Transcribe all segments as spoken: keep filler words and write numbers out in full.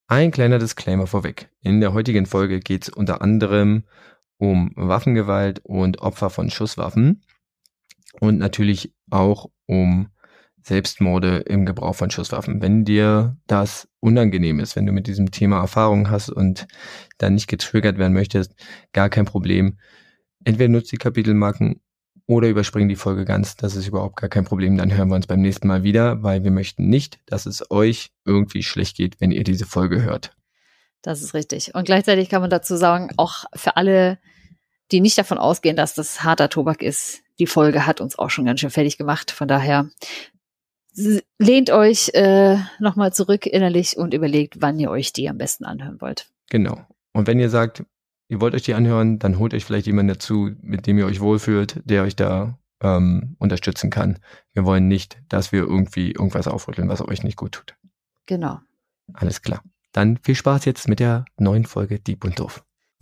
Ein kleiner Disclaimer vorweg. In der heutigen Folge geht es unter anderem um Waffengewalt und Opfer von Schusswaffen und natürlich auch um Selbstmorde im Gebrauch von Schusswaffen. Wenn dir das unangenehm ist, wenn du mit diesem Thema Erfahrung hast und dann nicht getriggert werden möchtest, gar kein Problem. Entweder nutzt die Kapitelmarken oder überspringen die Folge ganz. Das ist überhaupt gar kein Problem. Dann hören wir uns beim nächsten Mal wieder, weil wir möchten nicht, dass es euch irgendwie schlecht geht, wenn ihr diese Folge hört. Das ist richtig. Und gleichzeitig kann man dazu sagen, auch für alle, die nicht davon ausgehen, dass das harter Tobak ist, die Folge hat uns auch schon ganz schön fertig gemacht. Von daher lehnt euch äh, nochmal zurück innerlich und überlegt, wann ihr euch die am besten anhören wollt. Genau. Und wenn ihr sagt, ihr wollt euch die anhören, dann holt euch vielleicht jemanden dazu, mit dem ihr euch wohlfühlt, der euch da ähm, unterstützen kann. Wir wollen nicht, dass wir irgendwie irgendwas aufrütteln, was euch nicht gut tut. Genau. Alles klar. Dann viel Spaß jetzt mit der neuen Folge Dieb und Doof.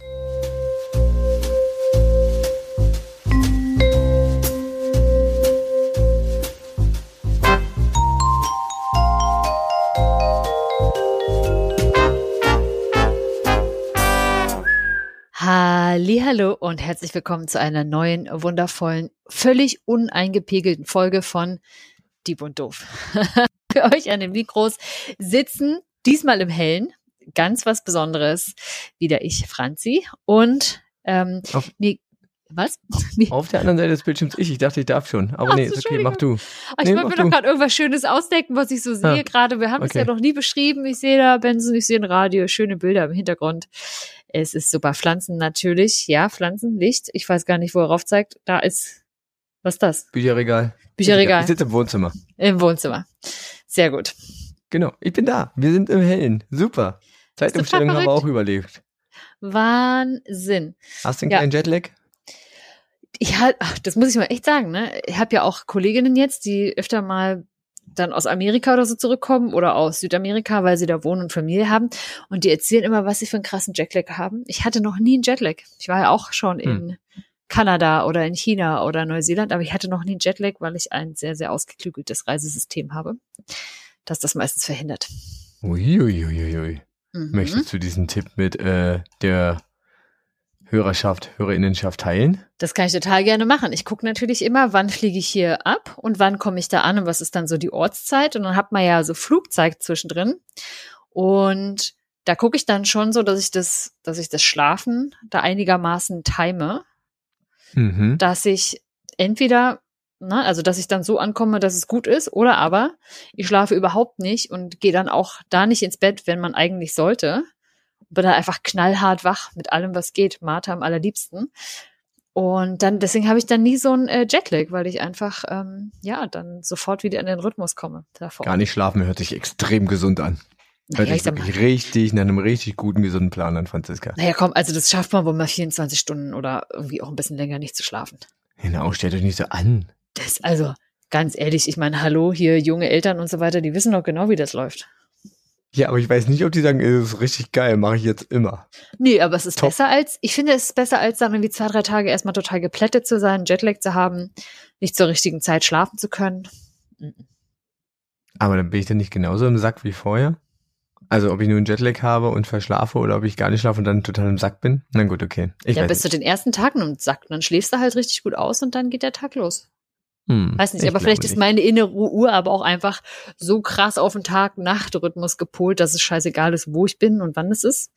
Hallihallo und herzlich willkommen zu einer neuen, wundervollen, völlig uneingepegelten Folge von Dieb und Doof. Für euch an den Mikros sitzen, diesmal im Hellen, ganz was Besonderes, wieder ich, Franzi, und ähm, Auf, nee, was? Auf der anderen Seite des Bildschirms ich, ich dachte, ich darf schon, aber Ach, nee, ist okay, mach du. Ich nee, wollte mir doch gerade irgendwas Schönes ausdenken, was ich so sehe ah, gerade. Wir haben okay. es ja noch nie beschrieben. Ich sehe da Benson, ich sehe ein Radio, schöne Bilder im Hintergrund. Es ist super. Pflanzen natürlich. Ja, Pflanzen, Licht. Ich weiß gar nicht, wo er rauf zeigt. Da ist, was ist das? Bücherregal. Bücherregal. Ich sitze im Wohnzimmer. Im Wohnzimmer. Sehr gut. Genau, ich bin da. Wir sind im Hellen. Super. Zeitumstellung haben wir auch überlebt. Wahnsinn. Hast du einen ja. kleinen Jetlag? Ich halt, ach, das muss ich mal echt sagen, ne? Ich habe ja auch Kolleginnen jetzt, die öfter mal dann aus Amerika oder so zurückkommen oder aus Südamerika, weil sie da wohnen und Familie haben. Und die erzählen immer, was sie für einen krassen Jetlag haben. Ich hatte noch nie einen Jetlag. Ich war ja auch schon hm. in Kanada oder in China oder Neuseeland, aber ich hatte noch nie einen Jetlag, weil ich ein sehr, sehr ausgeklügeltes Reisesystem habe, das das meistens verhindert. Uiuiuiui. Mhm. Möchtest du diesen Tipp mit äh, der Hörerschaft, Hörerinnenschaft teilen? Das kann ich total gerne machen. Ich gucke natürlich immer, wann fliege ich hier ab und wann komme ich da an und was ist dann so die Ortszeit. Und dann hat man ja so Flugzeit zwischendrin. Und da gucke ich dann schon so, dass ich das, dass ich das Schlafen da einigermaßen time, mhm. dass ich entweder, na, also dass ich dann so ankomme, dass es gut ist, oder aber ich schlafe überhaupt nicht und gehe dann auch da nicht ins Bett, wenn man eigentlich sollte. Bin dann einfach knallhart wach mit allem, was geht. Martha am allerliebsten. Und dann, deswegen habe ich dann nie so einen äh, Jetlag, weil ich einfach, ähm, ja, dann sofort wieder in den Rhythmus komme. Davor. Gar nicht schlafen, hört sich extrem gesund an. Hört naja, sich wirklich richtig, nach einem richtig guten, gesunden Plan an, Franziska. Naja, komm, also das schafft man wohl mal vierundzwanzig Stunden oder irgendwie auch ein bisschen länger nicht zu schlafen. Genau, stellt euch nicht so an. Das, also, ganz ehrlich, ich meine, hallo, hier junge Eltern und so weiter, die wissen doch genau, wie das läuft. Ja, aber ich weiß nicht, ob die sagen, es ist richtig geil, mache ich jetzt immer. Nee, aber es ist Top. besser als, ich finde, es ist besser als dann irgendwie zwei, drei Tage erstmal total geplättet zu sein, Jetlag zu haben, nicht zur richtigen Zeit schlafen zu können. Aber dann bin ich dann nicht genauso im Sack wie vorher? Also ob ich nur einen Jetlag habe und verschlafe oder ob ich gar nicht schlafe und dann total im Sack bin? Na gut, okay. Ich ja, weiß bist nicht. du den ersten Tag nur im Sack und dann schläfst du halt richtig gut aus und dann geht der Tag los. Hm, Weiß nicht, aber vielleicht nicht. ist meine innere Uhr aber auch einfach so krass auf den Tag-Nacht-Rhythmus gepolt, dass es scheißegal ist, wo ich bin und wann es ist.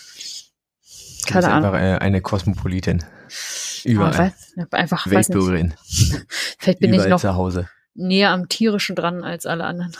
Keine du bist Ahnung. Einfach äh, eine Kosmopolitin. Überall. Ja, weiß, einfach, Weltbürgerin. Vielleicht bin Überall ich noch zu Hause. näher am Tierischen dran als alle anderen.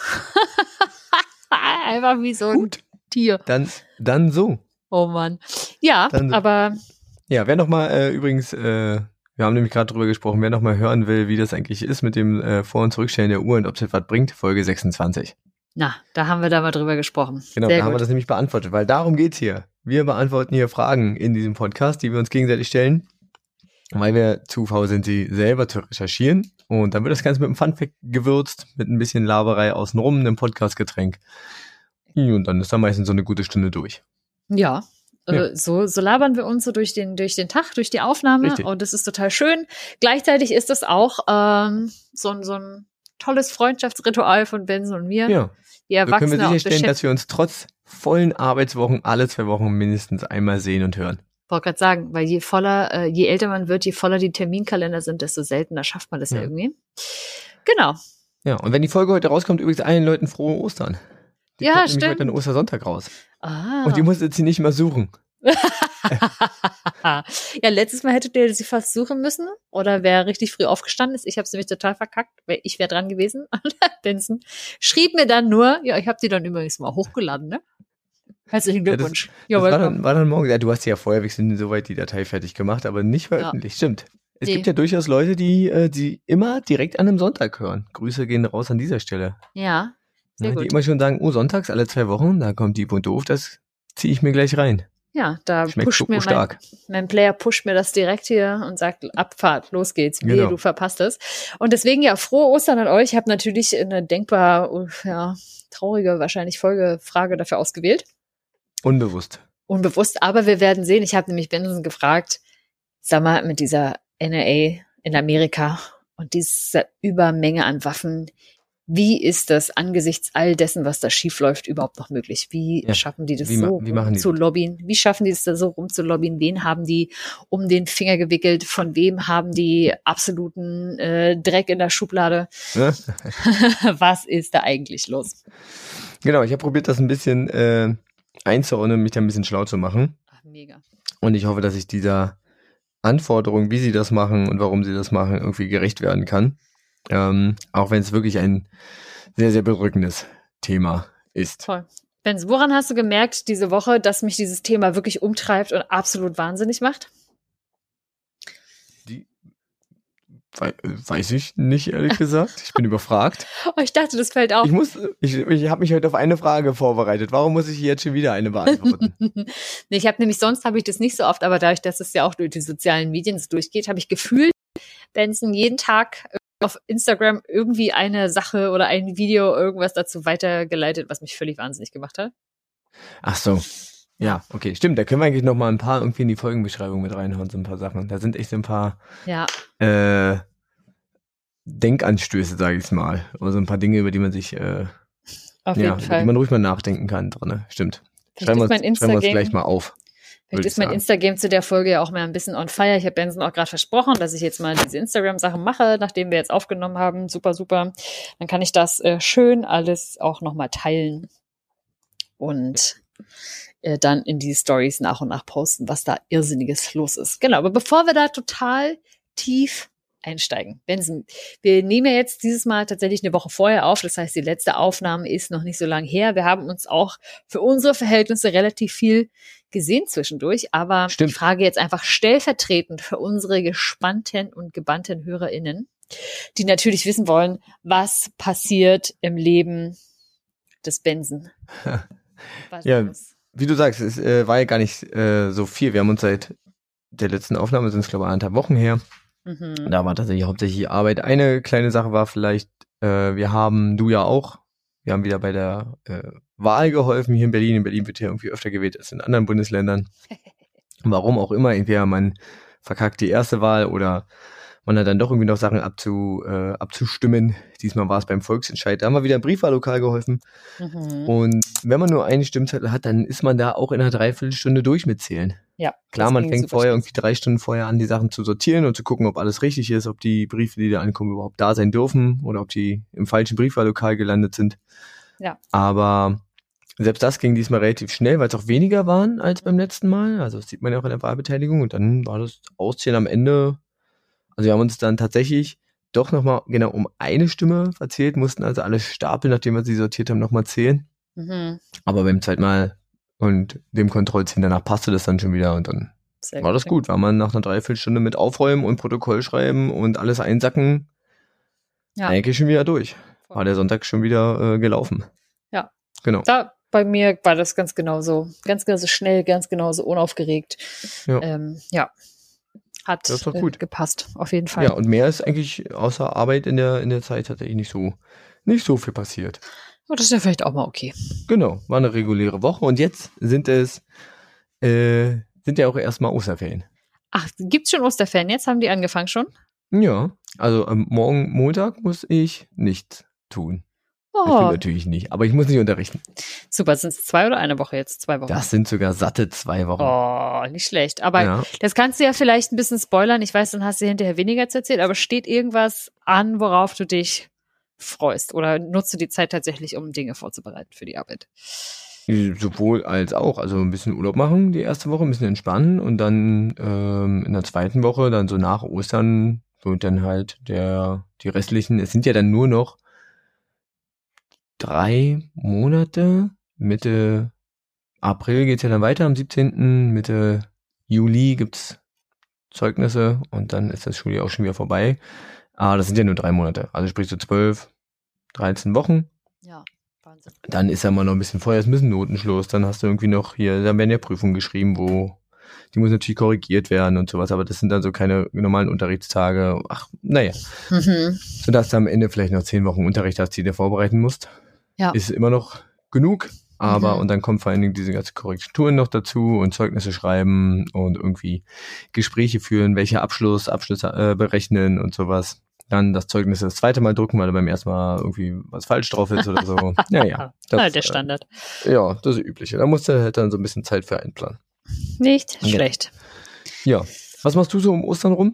Einfach wie so ein Gut. Tier. Dann, dann so. Oh Mann. Ja, dann so. aber... Ja, wer noch mal äh, übrigens... Äh, Wir haben nämlich gerade drüber gesprochen, wer noch mal hören will, wie das eigentlich ist mit dem äh, Vor- und Zurückstellen der Uhr und ob es etwas bringt, Folge sechsundzwanzig. Na, da haben wir da mal drüber gesprochen. Genau, Sehr da gut. haben wir das nämlich beantwortet, weil darum geht's hier. Wir beantworten hier Fragen in diesem Podcast, die wir uns gegenseitig stellen, weil wir zu faul sind, sie selber zu recherchieren. Und dann wird das Ganze mit einem Funfact gewürzt, mit ein bisschen Laberei außenrum, einem Podcastgetränk. Und dann ist da meistens so eine gute Stunde durch. Ja. Ja. So, so labern wir uns so durch den, durch den Tag, durch die Aufnahme. Richtig. Und das ist total schön. Gleichzeitig ist es auch ähm, so, ein, so ein tolles Freundschaftsritual von Benson und mir. Ja. Die So können wir Erwachsene sicherstellen, dass wir uns trotz vollen Arbeitswochen alle zwei Wochen mindestens einmal sehen und hören. Ich wollte gerade sagen, weil je voller, äh, je älter man wird, je voller die Terminkalender sind, desto seltener schafft man das ja, ja irgendwie. Genau. Ja, und wenn die Folge heute rauskommt, übrigens allen Leuten frohe Ostern. Die ja, kommt stimmt. nämlich heute an Ostersonntag raus. Ah. Und die muss jetzt sie nicht mal suchen. Ja, letztes Mal hättet ihr sie fast suchen müssen oder wer richtig früh aufgestanden ist. Ich habe es nämlich total verkackt, weil ich wäre dran gewesen. Benson schrieb mir dann nur, ja, ich habe die dann übrigens mal hochgeladen, ne? Herzlichen Glückwunsch. Ja, das, das war, dann, war dann morgen. Ja, du hast ja vorher soweit die Datei fertig gemacht, aber nicht veröffentlicht. Ja. Stimmt. Es nee. gibt ja durchaus Leute, die äh, die immer direkt an einem Sonntag hören. Grüße gehen raus an dieser Stelle. Ja, sehr ja, gut. Die immer schon sagen, oh, sonntags alle zwei Wochen, da kommt Dieb und Doof, das ziehe ich mir gleich rein. Ja, da Schmeckt pusht mir mein, mein Player pusht mir das direkt hier und sagt, Abfahrt, los geht's, wehe, genau. Du verpasst es. Und deswegen ja, frohe Ostern an euch. Ich habe natürlich eine denkbar ja, traurige, wahrscheinlich Folgefrage dafür ausgewählt. Unbewusst. Unbewusst, aber wir werden sehen. Ich habe nämlich Benson gefragt, sag mal, mit dieser N R A in Amerika und dieser Übermenge an Waffen, wie ist das angesichts all dessen, was da schief läuft, überhaupt noch möglich? Wie ja. schaffen die das wie so wie machen die zu das? lobbyen? Wie schaffen die es da so rum zu lobbyen? Wen haben die um den Finger gewickelt? Von wem haben die absoluten äh, Dreck in der Schublade? Was ist da eigentlich los? Genau, ich habe probiert, das ein bisschen äh, einzuordnen, mich da ein bisschen schlau zu machen. Ach, mega. Und ich hoffe, dass ich dieser Anforderung, wie sie das machen und warum sie das machen, irgendwie gerecht werden kann. Ähm, auch wenn es wirklich ein sehr, sehr bedrückendes Thema ist. Toll. Benz, woran hast du gemerkt diese Woche, dass mich dieses Thema wirklich umtreibt und absolut wahnsinnig macht? Die we- weiß ich nicht, ehrlich gesagt. Ich bin überfragt. Oh, ich dachte, das fällt auf. Ich muss, ich, ich habe mich heute auf eine Frage vorbereitet. Warum muss ich jetzt schon wieder eine beantworten? nee, ich habe nämlich, sonst habe ich das nicht so oft, aber dadurch, dass es ja auch durch die sozialen Medien so durchgeht, habe ich gefühlt, Benson jeden Tag auf Instagram irgendwie eine Sache oder ein Video, irgendwas dazu weitergeleitet, was mich völlig wahnsinnig gemacht hat. Ach so. Ja, okay, stimmt. Da können wir eigentlich noch mal ein paar irgendwie in die Folgenbeschreibung mit reinhauen, so ein paar Sachen. Da sind echt so ein paar ja. äh, Denkanstöße, sage ich mal. Oder so ein paar Dinge, über die man sich äh, auf ja, jeden über Fall. die man ruhig mal nachdenken kann drin. Stimmt. Vielleicht Schreiben wir mein uns, schreiben wir uns gleich mal auf. Vielleicht ist mein Instagram zu der Folge ja auch mal ein bisschen on fire. Ich habe Benson auch gerade versprochen, dass ich jetzt mal diese Instagram-Sachen mache, nachdem wir jetzt aufgenommen haben. Super, super. Dann kann ich das äh, schön alles auch nochmal teilen und äh, dann in die Stories nach und nach posten, was da Irrsinniges los ist. Genau, aber bevor wir da total tief einsteigen. Benson, wir nehmen ja jetzt dieses Mal tatsächlich eine Woche vorher auf. Das heißt, die letzte Aufnahme ist noch nicht so lang her. Wir haben uns auch für unsere Verhältnisse relativ viel gesehen zwischendurch. Aber Stimmt. Ich frage jetzt einfach stellvertretend für unsere gespannten und gebannten HörerInnen, die natürlich wissen wollen, was passiert im Leben des Benson. Ja, wie du sagst, es äh, war ja gar nicht äh, so viel. Wir haben uns seit der letzten Aufnahme, sind es glaube ich anderthalb Wochen her, Mhm. da war tatsächlich hauptsächlich Arbeit. Eine kleine Sache war vielleicht, äh, wir haben, du ja auch, wir haben wieder bei der äh, Wahl geholfen hier in Berlin. In Berlin wird ja irgendwie öfter gewählt als in anderen Bundesländern. Warum auch immer, entweder man verkackt die erste Wahl oder man hat dann doch irgendwie noch Sachen abzu, äh, abzustimmen. Diesmal war es beim Volksentscheid. Da haben wir wieder im Briefwahllokal geholfen. Mhm. Und wenn man nur eine Stimmzettel hat, dann ist man da auch in einer Dreiviertelstunde durch mit Zählen. Ja, klar, man fängt vorher irgendwie drei Stunden vorher an, die Sachen zu sortieren und zu gucken, ob alles richtig ist, ob die Briefe, die da ankommen, überhaupt da sein dürfen oder ob die im falschen Briefwahllokal gelandet sind. Ja. Aber selbst das ging diesmal relativ schnell, weil es auch weniger waren als beim letzten Mal. Also das sieht man ja auch in der Wahlbeteiligung. Und dann war das Auszählen am Ende. Also wir haben uns dann tatsächlich doch nochmal genau um eine Stimme verzählt, mussten also alle Stapel, nachdem wir sie sortiert haben, nochmal zählen. Mhm. Aber beim zweiten Mal und dem Kontrollziehen danach passte das dann schon wieder und dann Sehr war das gut. War man nach einer Dreiviertelstunde mit Aufräumen und Protokoll schreiben und alles einsacken ja. eigentlich schon wieder durch. War der Sonntag schon wieder äh, gelaufen. Ja. Genau. Da bei mir war das ganz genauso. Ganz genauso schnell, ganz genauso unaufgeregt. Ja. Ähm, ja. Hat das war gut. Äh, gepasst, auf jeden Fall. Ja, und mehr ist eigentlich außer Arbeit in der, in der Zeit tatsächlich nicht so, nicht so viel passiert. Oh, das ist ja vielleicht auch mal okay. Genau, war eine reguläre Woche und jetzt sind es, äh, sind ja auch erstmal Osterferien. Ach, gibt's schon Osterferien? Jetzt haben die angefangen schon? Ja, also ähm, morgen Montag muss ich nichts tun. Das Oh, stimmt natürlich nicht, aber ich muss nicht unterrichten. super. Sind es zwei oder eine Woche jetzt? Zwei Wochen. Das sind sogar satte zwei Wochen. Oh, nicht schlecht. Aber Ja. das kannst du ja vielleicht ein bisschen spoilern. Ich weiß, dann hast du hinterher weniger zu erzählen, aber steht irgendwas an, worauf du dich freust? Oder nutzt du die Zeit tatsächlich, um Dinge vorzubereiten für die Arbeit? Sowohl als auch. Also ein bisschen Urlaub machen die erste Woche, ein bisschen entspannen und dann ähm, in der zweiten Woche, dann so nach Ostern, wird dann halt der die restlichen, es sind ja dann nur noch drei Monate. Mitte April geht's ja dann weiter, am siebzehnten Mitte Juli gibt's Zeugnisse und dann ist das Schuljahr auch schon wieder vorbei. Aber das sind ja nur drei Monate. Also sprich so zwölf, dreizehn Wochen. Ja, Wahnsinn. Dann ist ja mal noch ein bisschen vorher, ist ein bisschen Notenschluss. Dann hast du irgendwie noch hier, dann werden ja Prüfungen geschrieben, wo die muss natürlich korrigiert werden und sowas. Aber das sind dann so keine normalen Unterrichtstage. Ach, naja. Mhm. Sodass du am Ende vielleicht noch zehn Wochen Unterricht hast, die du vorbereiten musst. Ja. Ist immer noch genug. Aber, Mhm. und dann kommt vor allen Dingen diese ganzen Korrekturen noch dazu und Zeugnisse schreiben und irgendwie Gespräche führen, welche Abschluss, Abschlüsse äh, berechnen und sowas. Dann das Zeugnis das zweite Mal drucken, weil da beim ersten Mal irgendwie was falsch drauf ist oder so. Ja, ja. Das, Ah, der Standard. Äh, ja, das ist Übliche. Da musst du halt dann so ein bisschen Zeit für einplanen. Nicht Ja. schlecht. Ja. Was machst du so um Ostern rum?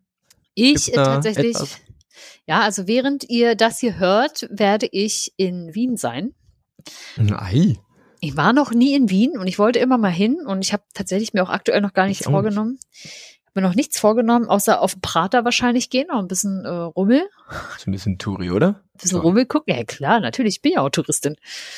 Ich Gibt's äh, da tatsächlich, etwas? ja, also während ihr das hier hört, werde ich in Wien sein. Ei. Ich war noch nie in Wien und ich wollte immer mal hin und ich habe tatsächlich mir auch aktuell noch gar nichts Ich auch nicht. vorgenommen. Ich habe mir noch nichts vorgenommen, außer auf Prater wahrscheinlich gehen, auch ein bisschen äh, Rummel, So ein bisschen Touri, oder? ein bisschen Toll. Rummel gucken. Ja klar, natürlich, ich bin ja auch Touristin.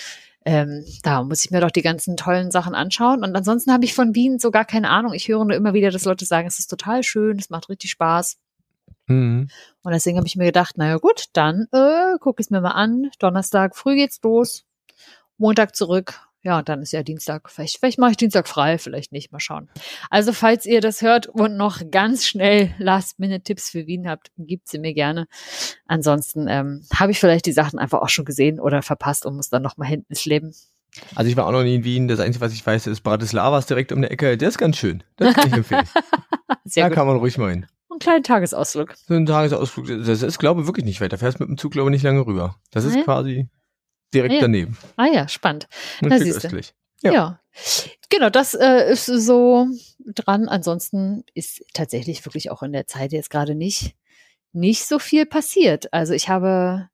Ähm, da muss ich mir doch die ganzen tollen Sachen anschauen. Und ansonsten habe ich von Wien so gar keine Ahnung. Ich höre nur immer wieder, dass Leute sagen, es ist total schön, es macht richtig Spaß. Mhm. Und deswegen habe ich mir gedacht, naja gut, dann äh, gucke ich es mir mal an. Donnerstag früh geht's los, Montag zurück. Ja, und dann ist ja Dienstag. Vielleicht, vielleicht mache ich Dienstag frei, vielleicht nicht. Mal schauen. Also falls ihr das hört und noch ganz schnell Last-Minute-Tipps für Wien habt, gebt sie mir gerne. Ansonsten ähm, habe ich vielleicht die Sachen einfach auch schon gesehen oder verpasst und muss dann noch mal hinten ins Leben. Also ich war auch noch nie in Wien. Das Einzige, was ich weiß, ist Bratislava ist direkt um die Ecke. Der ist ganz schön. Das kann ich empfehlen. Sehr Da gut. kann man ruhig mal hin. Einen kleinen Tagesausflug. So ein Tagesausflug, das ist, glaube ich, wirklich nicht weit. Da fährst du mit dem Zug, glaube ich, nicht lange rüber. Das ist Nee. quasi direkt Ah ja. daneben. Ah ja, spannend. Ein Na, Stück siehste. östlich. Ja. Ja. Genau, das äh, ist so dran. Ansonsten ist tatsächlich wirklich auch in der Zeit jetzt gerade nicht, nicht so viel passiert. Also ich habe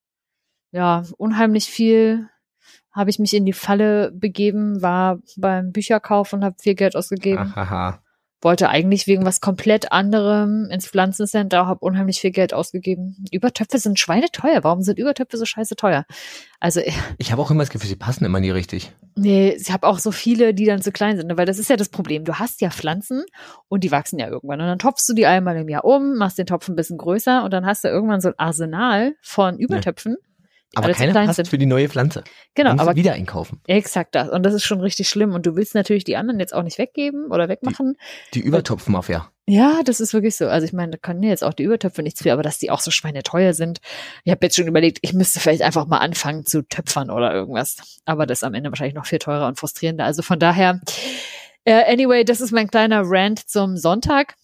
ja unheimlich viel, habe ich mich in die Falle begeben, war beim Bücherkauf und habe viel Geld ausgegeben. Haha. Wollte eigentlich wegen was komplett anderem ins Pflanzencenter, habe unheimlich viel Geld ausgegeben. Übertöpfe sind schweineteuer. Warum sind Übertöpfe so scheiße teuer? Also Ich habe auch immer das Gefühl, sie passen immer nie richtig. nee, ich habe auch so viele, die dann zu klein sind, ne? Weil das ist ja das Problem. Du hast ja Pflanzen und die wachsen ja irgendwann. Und dann topfst du die einmal im Jahr um, machst den Topf ein bisschen größer und dann hast du irgendwann so ein Arsenal von Übertöpfen, die Aber alle zu keiner klein passt sind. für die neue Pflanze. Genau, Dann musst du aber wieder einkaufen. exakt das. Und das ist schon richtig schlimm. Und du willst natürlich die anderen jetzt auch nicht weggeben oder wegmachen. Die Übertopfmafia. Ja, das ist wirklich so. Also ich meine, da können jetzt auch die Übertöpfe nichts für, aber dass die auch so schweineteuer sind. Ich habe jetzt schon überlegt, ich müsste vielleicht einfach mal anfangen zu töpfern oder irgendwas. Aber das ist am Ende wahrscheinlich noch viel teurer und frustrierender. Also von daher, äh, anyway, das ist mein kleiner Rant zum Sonntag.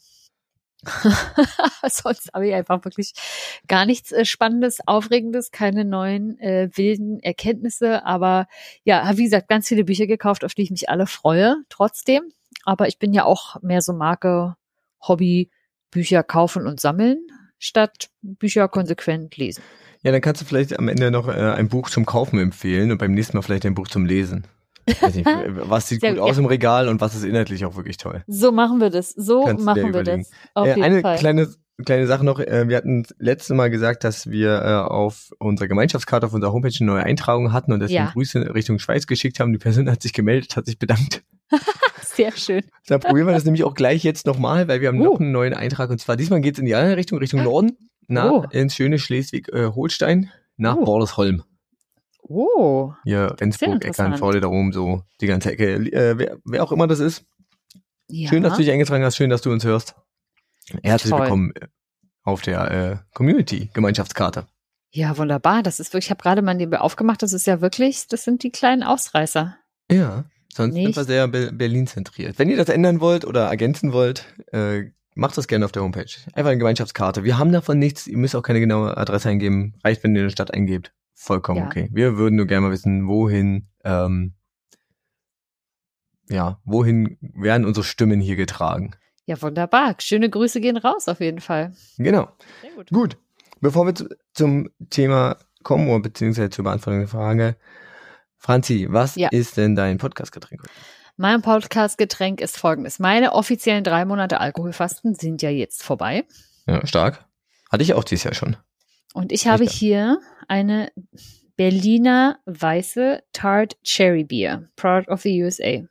Sonst habe ich einfach wirklich gar nichts äh, Spannendes, Aufregendes, keine neuen äh, wilden Erkenntnisse. Aber ja, habe wie gesagt ganz viele Bücher gekauft, auf die ich mich alle freue, trotzdem. Aber ich bin ja auch mehr so Marke Hobby, Bücher kaufen und sammeln, statt Bücher konsequent lesen. Ja, dann kannst du vielleicht am Ende noch äh, ein Buch zum Kaufen empfehlen und beim nächsten Mal vielleicht ein Buch zum Lesen. Weiß nicht, was sieht Sehr gut gut, aus ja. im Regal und was ist inhaltlich auch wirklich toll. So machen wir das. So Kannst du dir machen wir überlegen. das. Auf Äh, jeden eine Fall. kleine kleine Sache noch. Äh, wir hatten letztes Mal gesagt, dass wir äh, auf unserer Gemeinschaftskarte auf unserer Homepage eine neue Eintragung hatten und deswegen Ja. Grüße Richtung Schweiz geschickt haben. Die Person hat sich gemeldet, hat sich bedankt. Sehr schön. Dann probieren wir das nämlich auch gleich jetzt nochmal, weil wir haben Uh. noch einen neuen Eintrag und zwar diesmal geht's in die andere Richtung, Richtung Norden, nach Oh. ins schöne Schleswig-Holstein, nach Oh. Bordesholm. Oh, Hier Rendsburg, interessant. Eckernförde, da oben so die ganze Ecke. Äh, wer, wer auch immer das ist, ja. schön, dass du dich eingetragen hast, schön, dass du uns hörst. Herzlich Toll. willkommen auf der äh, Community-Gemeinschaftskarte. Ja, wunderbar. Das ist wirklich, ich habe gerade mal die aufgemacht, das ist ja wirklich, das sind die kleinen Ausreißer. Ja, sonst Nicht? sind wir sehr Be- Berlin-zentriert. Wenn ihr das ändern wollt oder ergänzen wollt, äh, macht das gerne auf der Homepage. Einfach eine Gemeinschaftskarte. Wir haben davon nichts, ihr müsst auch keine genaue Adresse eingeben. Reicht, wenn ihr eine Stadt eingebt. vollkommen Ja. okay. Wir würden nur gerne mal wissen, wohin, ähm, ja, wohin werden unsere Stimmen hier getragen? Ja, wunderbar. Schöne Grüße gehen raus auf jeden Fall. Genau. Sehr gut. Gut. Bevor wir zu, zum Thema kommen, oder beziehungsweise zur Beantwortung der Frage, Franzi, was Ja. ist denn dein Podcast-Getränk heute? Mein Podcast-Getränk ist folgendes. Meine offiziellen drei Monate Alkoholfasten sind ja jetzt vorbei. Ja, stark. Hatte ich auch dieses Jahr schon. Und ich habe Echt? hier eine Berliner weiße Tart Cherry Beer, Product of the U S A.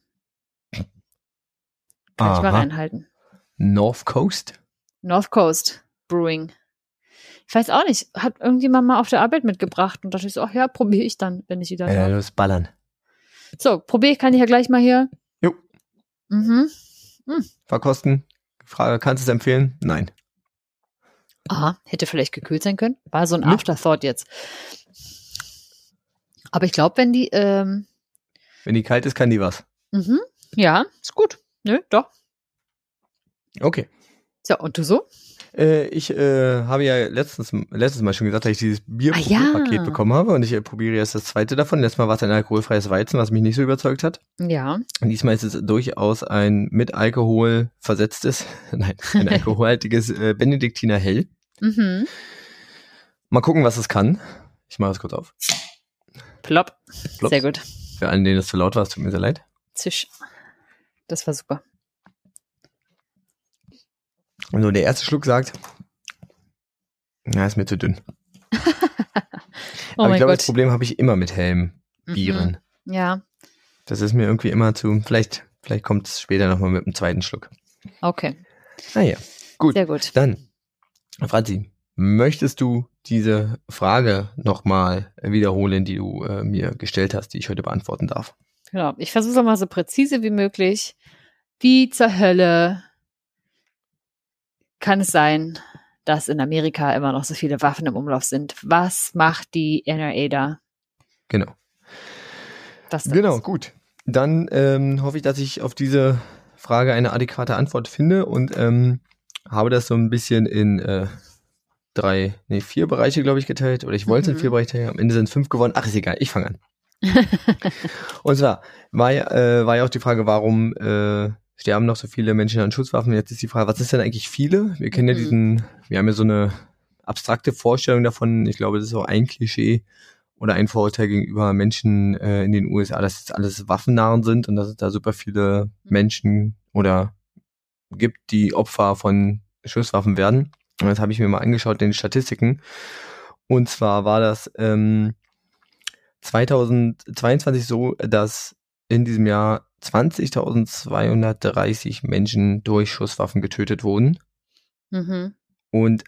Kann ich mal Aha. reinhalten. North Coast? North Coast Brewing. Ich weiß auch nicht, hat irgendjemand mal auf der Arbeit mitgebracht und dachte ich so, ach ja, probiere ich dann, wenn ich wieder Ja, darf. los, ballern. So, probiere ich, kann ich ja gleich mal hier. Jo. Mhm. Verkosten. Frage, kannst du es empfehlen? Nein. Aha, hätte vielleicht gekühlt sein können. War so ein Mit- Afterthought jetzt. Aber ich glaube, wenn die, ähm, Wenn die kalt ist, kann die was. mhm, ja, ist gut. Nö, doch. Okay. So, und du so? Äh, ich äh, habe ja letztens, letztes Mal schon gesagt, dass ich dieses Bierpaket Ah, ja. bekommen habe und ich äh, probiere jetzt das zweite davon. Letztes Mal war es ein alkoholfreies Weizen, was mich nicht so überzeugt hat. Ja. Und diesmal ist es durchaus ein mit Alkohol versetztes, nein, ein alkoholhaltiges äh, Benediktiner Hell. Mhm. Mal gucken, was es kann. Ich mache es kurz auf. Plopp. Plops. Sehr gut. Für alle, denen das zu laut war, es tut mir sehr leid. Zisch. Das war super. Und so der erste Schluck sagt, na, ist mir zu dünn. Oh Aber mein ich glaube, das Gott. Problem habe ich immer mit hellen Bieren. Mhm. Ja, Das ist mir irgendwie immer zu, vielleicht, vielleicht kommt es später nochmal mit dem zweiten Schluck. okay. Naja, gut. Sehr gut. Dann, Franzi, möchtest du diese Frage nochmal wiederholen, die du äh, mir gestellt hast, die ich heute beantworten darf? Genau. Ich versuche es mal so präzise wie möglich. Wie zur Hölle kann es sein, dass in Amerika immer noch so viele Waffen im Umlauf sind? Was macht die N R A da? Genau. Das denn Genau, ist. gut. Dann ähm, hoffe ich, dass ich auf diese Frage eine adäquate Antwort finde und ähm, habe das so ein bisschen in äh, drei, nee, vier Bereiche, glaube ich, geteilt. Oder ich wollte es Mhm. in vier Bereiche teilen. Am Ende sind es fünf geworden. Ach, ist egal, ich fange an. Und zwar war ja, äh, war ja auch die Frage, warum äh, sterben noch so viele Menschen an Schusswaffen? Jetzt ist die Frage, was ist denn eigentlich viele? Wir kennen ja Mhm. diesen, wir haben ja so eine abstrakte Vorstellung davon. Ich glaube, das ist auch ein Klischee oder ein Vorurteil gegenüber Menschen äh, in den U S A, dass jetzt alles Waffennarren sind und dass es da super viele Menschen oder gibt, die Opfer von Schusswaffen werden. Und das habe ich mir mal angeschaut in den Statistiken. Und zwar war das ähm, zweitausendzweiundzwanzig so, dass in diesem Jahr zwanzigtausendzweihundertdreißig Menschen durch Schusswaffen getötet wurden Mhm. und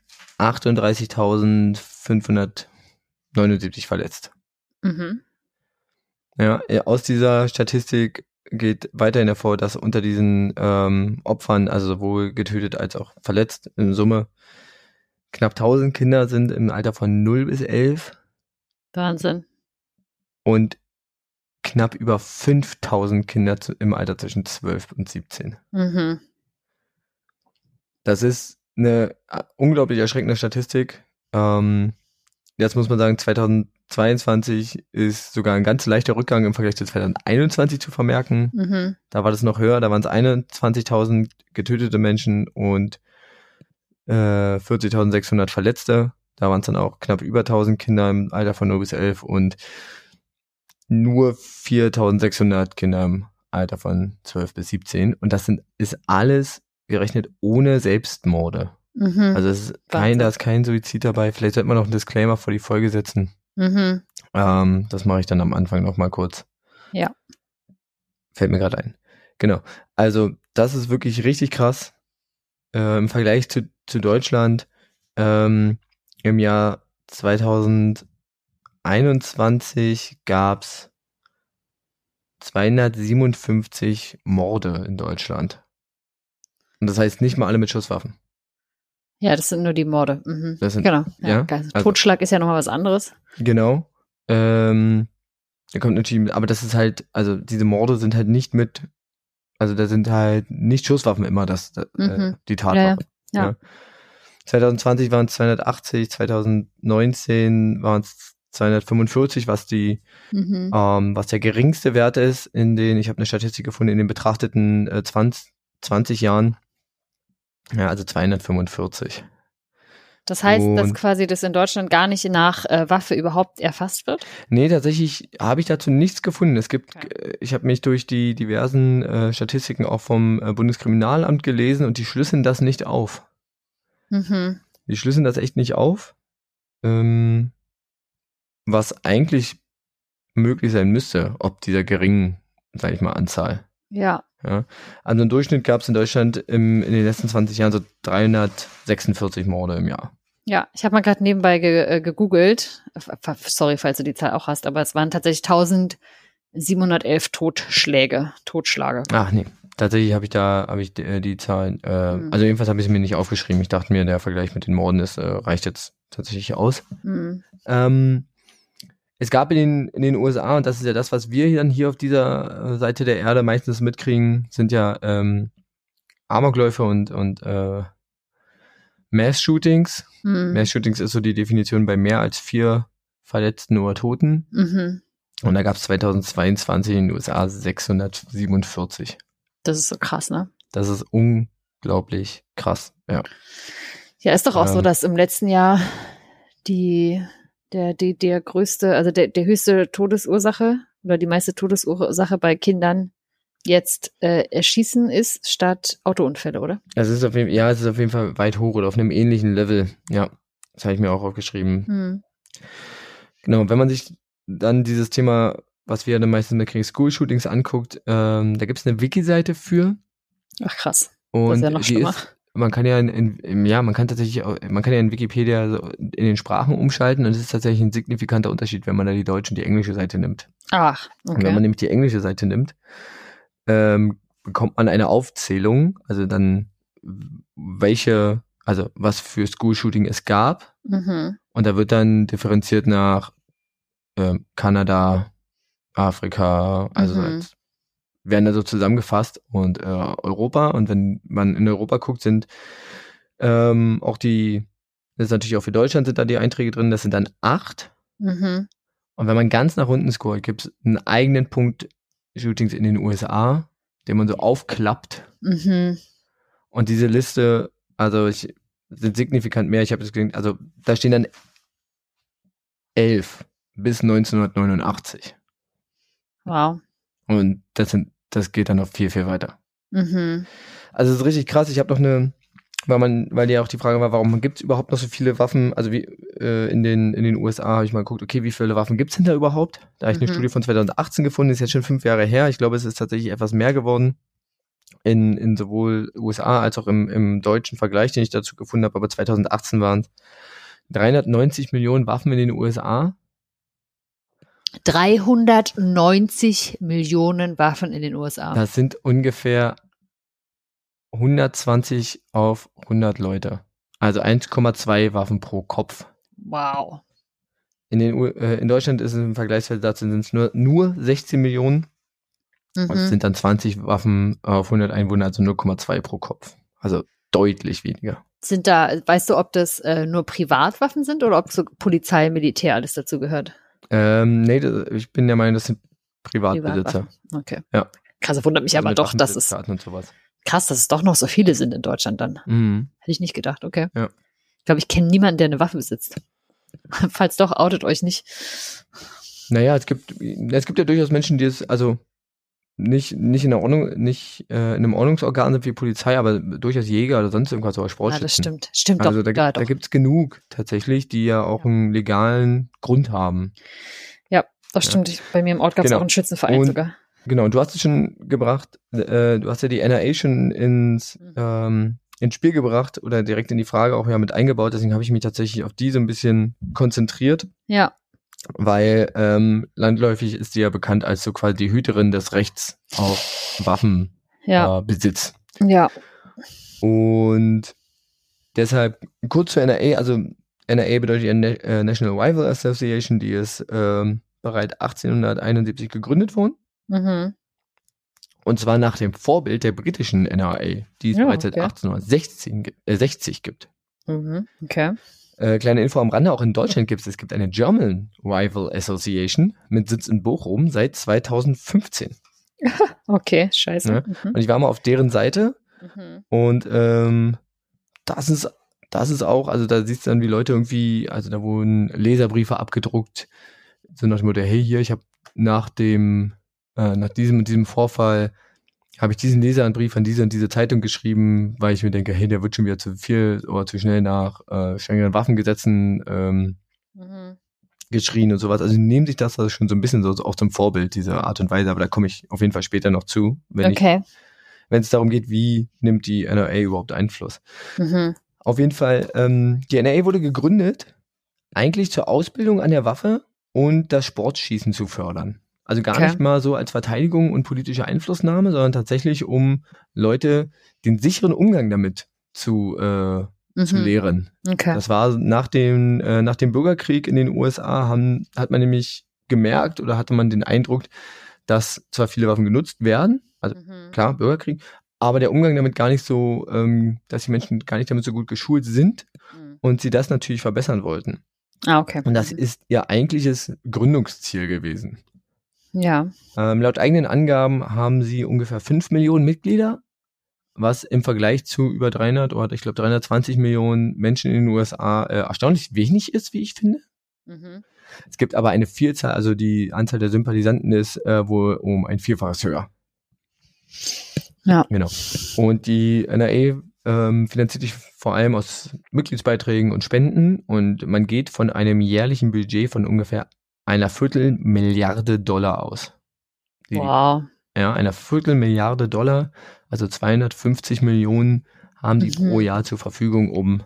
achtunddreißigtausendfünfhundertneunundsiebzig verletzt. Mhm. Ja, aus dieser Statistik geht weiterhin hervor, dass unter diesen ähm, Opfern, also sowohl getötet als auch verletzt, in Summe knapp tausend Kinder sind im Alter von null bis elf Wahnsinn. und knapp über fünftausend Kinder zu, im Alter zwischen zwölf und siebzehn. Mhm. Das ist eine äh, unglaublich erschreckende Statistik. Ähm, jetzt muss man sagen, zweitausendzweiundzwanzig ist sogar ein ganz leichter Rückgang im Vergleich zu zweitausendeinundzwanzig zu vermerken. Mhm. Da war das noch höher, da waren es einundzwanzigtausend getötete Menschen und äh, vierzigtausendsechshundert Verletzte. Da waren es dann auch knapp über tausend Kinder im Alter von null bis elf und nur viertausendsechshundert Kinder im Alter von zwölf bis siebzehn. Und das sind, ist alles gerechnet ohne Selbstmorde. Mhm. Also es ist kein, Wahnsinn. da ist kein Suizid dabei. Vielleicht sollte man noch einen Disclaimer vor die Folge setzen. Mhm. Ähm, das mache ich dann am Anfang noch mal kurz. Ja. Fällt mir gerade ein. Genau. Also das ist wirklich richtig krass. Äh, Im Vergleich zu, zu Deutschland ähm, im Jahr zweitausendeinundzwanzig gab's zweihundertsiebenundfünfzig Morde in Deutschland. Und das heißt nicht mal alle mit Schusswaffen. Ja, das sind nur die Morde. Mhm. Das sind- genau. Ja, ja, geil. also- Totschlag ist ja nochmal was anderes. Genau. Ähm, da kommt natürlich, mit- aber das ist halt, also diese Morde sind halt nicht mit, also da sind halt nicht Schusswaffen immer das, das äh, Mhm. die Tatwaffe. Ja, ja. Ja. zweitausendzwanzig waren es zweihundertachtzig, zweitausendneunzehn waren es zweihundertfünfundvierzig, was die, Mhm. ähm, was der geringste Wert ist in den, ich habe eine Statistik gefunden, in den betrachteten äh, zwanzig, zwanzig Jahren. Ja, also zweihundertfünfundvierzig. Das heißt, dass Und quasi das in Deutschland gar nicht nach äh, Waffe überhaupt erfasst wird? nee, tatsächlich habe ich dazu nichts gefunden. Es gibt, Okay. äh, ich habe mich durch die diversen äh, Statistiken auch vom äh, Bundeskriminalamt gelesen und die schlüsseln das nicht auf. Mhm. Die schlüsseln das echt nicht auf, ähm, was eigentlich möglich sein müsste, ob dieser geringen, sage ich mal, Anzahl. Ja. Ja. Also im Durchschnitt gab es in Deutschland im, in den letzten zwanzig Jahren so dreihundertsechsundvierzig Morde im Jahr. Ja, ich habe mal gerade nebenbei ge äh, gegoogelt. F- f- Sorry, falls du die Zahl auch hast, aber es waren tatsächlich tausendsiebenhundertelf Totschläge, Totschlage. Ach nee, tatsächlich habe ich da habe ich die, äh, die Zahlen, äh, Hm. also jedenfalls habe ich sie mir nicht aufgeschrieben. Ich dachte mir, der Vergleich mit den Morden ist, äh, reicht jetzt tatsächlich aus. Hm. Ähm, es gab in den, in den U S A, und das ist ja das, was wir dann hier auf dieser äh, Seite der Erde meistens mitkriegen, sind ja ähm, Amokläufe und, und äh, Mass-Shootings. Hm. Mass-Shootings ist so die Definition bei mehr als vier Verletzten oder Toten. Mhm. Und da gab es zweitausendzweiundzwanzig in den U S A sechshundertsiebenundvierzig. Das ist so krass, ne? Das ist unglaublich krass, ja. Ja, ist doch auch Ähm. so, dass im letzten Jahr die der die der größte, also der der höchste Todesursache oder die meiste Todesursache bei Kindern jetzt äh, Erschießen ist statt Autounfälle, oder? Es ist auf jeden, ja, es ist auf jeden Fall weit hoch oder auf einem ähnlichen Level. Ja, das habe ich mir auch aufgeschrieben. Hm. Genau, wenn man sich dann dieses Thema, was wir dann meistens mitkriegen, School-Shootings anguckt, ähm, da gibt es eine Wiki-Seite für. Ach krass. Und Das ist ja noch die schlimmer. ist, man kann ja in, in, ja, man kann tatsächlich, auch, man kann ja in Wikipedia so in den Sprachen umschalten und es ist tatsächlich ein signifikanter Unterschied, wenn man da die deutsche und die englische Seite nimmt. Ach, Und wenn man okay. nämlich die englische Seite nimmt, ähm, bekommt man eine Aufzählung, also dann welche, also was für School-Shooting es gab. Mhm. Und da wird dann differenziert nach ähm, Kanada, Afrika, also Mhm. als, werden da so zusammengefasst und äh, Europa. Und wenn man in Europa guckt, sind ähm, auch die, das ist natürlich auch für Deutschland sind da die Einträge drin, das sind dann acht. Mhm. Und wenn man ganz nach unten scrollt, gibt es einen eigenen Punkt Shootings in den U S A, den man so aufklappt. Mhm. Und diese Liste, also ich, sind signifikant mehr. Ich habe das gesehen, also da stehen dann elf bis neunzehnhundertneunundachtzig. Wow. Und das sind, das geht dann noch viel, viel weiter. Mhm. Also es ist richtig krass. Ich habe noch eine, weil man, weil ja auch die Frage war, warum gibt es überhaupt noch so viele Waffen? Also wie äh, in den in den U S A habe ich mal geguckt, okay, wie viele Waffen gibt es denn da überhaupt? Da habe ich eine Mhm. Studie von zweitausendachtzehn gefunden, ist jetzt schon fünf Jahre her. Ich glaube, es ist tatsächlich etwas mehr geworden in in sowohl U S A als auch im im deutschen Vergleich, den ich dazu gefunden habe. Aber zweitausendachtzehn waren es dreihundertneunzig Millionen Waffen in den U S A. dreihundertneunzig Millionen Waffen in den U S A. Das sind ungefähr hundertzwanzig auf hundert Leute. Also eins Komma zwei Waffen pro Kopf. Wow. In, den, U- äh, in Deutschland ist es im Vergleichsfeld dazu sind es nur, nur sechzehn Millionen. Und es Mhm. sind dann zwanzig Waffen auf hundert Einwohner, also null Komma zwei pro Kopf. Also deutlich weniger. Sind da, weißt du, ob das äh, nur Privatwaffen sind oder ob so Polizei, Militär alles dazu gehört? Ähm, nee, das, ich bin der Meinung, das sind Privatbesitzer. Privatwaffen. Okay. Ja. Krass, wundert mich Also aber mit doch, dass es Waffenbesitzkarten und sowas. krass, dass es doch noch so viele sind in Deutschland dann. Mhm. Hätte ich nicht gedacht, okay. Ja. Ich glaube, ich kenne niemanden, der eine Waffe besitzt. Falls doch, outet euch nicht. Naja, es gibt, es gibt ja durchaus Menschen, die es, also nicht, nicht in der Ordnung, nicht äh, in einem Ordnungsorgan sind wie Polizei, aber durchaus Jäger oder sonst irgendwas oder Ja, Sportschützen. das stimmt. Stimmt Also doch. da, ja, gibt- da doch. gibt's genug tatsächlich, die ja auch Ja. einen legalen Grund haben. Ja, das stimmt. Ich, bei mir im Ort gab es Genau. auch einen Schützenverein Und- sogar. Genau, und du hast es schon gebracht, äh, du hast ja die N R A schon ins, Mhm. ähm, ins Spiel gebracht oder direkt in die Frage auch ja mit eingebaut, deswegen habe ich mich tatsächlich auf die so ein bisschen konzentriert, Ja. weil ähm, landläufig ist die ja bekannt als so quasi die Hüterin des Rechts auf Waffenbesitz. Ja. Äh, Besitz. Ja. Und deshalb kurz zur N R A, also N R A bedeutet ja Na- äh, National Rifle Association, die ist ähm, bereits achtzehnhunderteinundsiebzig gegründet worden. Mhm. Und zwar nach dem Vorbild der britischen N R A, die es Ja, bereits seit okay. achtzehnhundertsechzig gi- äh, sechzig gibt. Mhm. Okay. Äh, kleine Info am Rande, auch in Deutschland gibt es, es gibt eine German Rifle Association mit Sitz in Bochum seit zweitausendfünfzehn. Okay, scheiße. Ne? Mhm. Und ich war mal auf deren Seite Mhm. und ähm, das ist das ist auch, also da siehst du dann, wie Leute irgendwie, also da wurden Leserbriefe abgedruckt, so nach dem Motto, hey, hier, ich habe nach dem, äh, nach diesem und diesem Vorfall habe ich diesen Leserbrief an diese und diese Zeitung geschrieben, weil ich mir denke, hey, der wird schon wieder zu viel oder zu schnell nach äh, strengeren Waffengesetzen ähm, Mhm. geschrien und sowas. Also die nehmen sich das also schon so ein bisschen so auch zum Vorbild, diese Art und Weise, aber da komme ich auf jeden Fall später noch zu, wenn Okay. ich, wenn es darum geht, wie nimmt die N R A überhaupt Einfluss. Mhm. Auf jeden Fall, ähm, die N R A wurde gegründet, eigentlich zur Ausbildung an der Waffe und das Sportschießen zu fördern. Also gar Okay. nicht mal so als Verteidigung und politische Einflussnahme, sondern tatsächlich, um Leute den sicheren Umgang damit zu, äh, Mhm. zu lehren. Okay. Das war nach dem, äh, nach dem Bürgerkrieg in den U S A, haben, hat man nämlich gemerkt oder hatte man den Eindruck, dass zwar viele Waffen genutzt werden, also Mhm. klar, Bürgerkrieg, aber der Umgang damit gar nicht so, ähm, dass die Menschen gar nicht damit so gut geschult sind Mhm. und sie das natürlich verbessern wollten. Ah, okay. Und das Mhm. ist ihr eigentliches Gründungsziel gewesen. Ja. Ähm, laut eigenen Angaben haben sie ungefähr fünf Millionen Mitglieder, was im Vergleich zu über dreihundert oder ich glaube dreihundertzwanzig Millionen Menschen in den U S A äh, erstaunlich wenig ist, wie ich finde. Mhm. Es gibt aber eine Vielzahl, also die Anzahl der Sympathisanten ist äh, wohl um ein Vielfaches höher. Ja. Genau. Und die N R A ähm, finanziert sich vor allem aus Mitgliedsbeiträgen und Spenden und man geht von einem jährlichen Budget von ungefähr einer Viertelmilliarde Dollar aus. Die, Wow. Ja, einer Viertelmilliarde Dollar, also zweihundertfünfzig Millionen haben die Mhm. pro Jahr zur Verfügung, um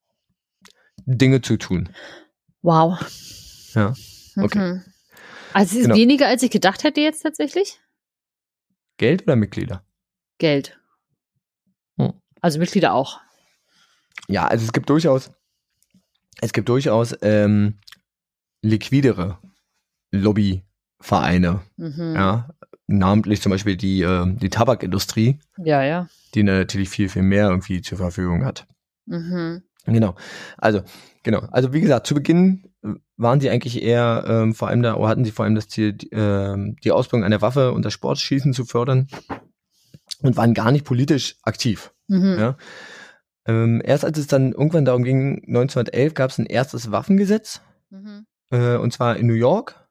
Dinge zu tun. Wow. Ja, okay. Mhm. Also es ist Genau. weniger, als ich gedacht hätte jetzt tatsächlich? Geld oder Mitglieder? Geld. Hm. Also Mitglieder auch. Ja, also es gibt durchaus, es gibt durchaus ähm, liquidere Lobbyvereine. Mhm. Ja, namentlich zum Beispiel die, äh, die Tabakindustrie, Ja, ja. die natürlich viel, viel mehr irgendwie zur Verfügung hat. Mhm. Genau. Also, genau. Also, wie gesagt, zu Beginn äh, waren sie eigentlich eher ähm, vor allem da, oder hatten sie vor allem das Ziel, die, ähm, die Ausbildung einer Waffe und das Sportschießen zu fördern und waren gar nicht politisch aktiv. Mhm. Ja. Ähm, erst als es dann irgendwann darum ging, neunzehnhundertelf gab es ein erstes Waffengesetz, Mhm. äh, und zwar in New York.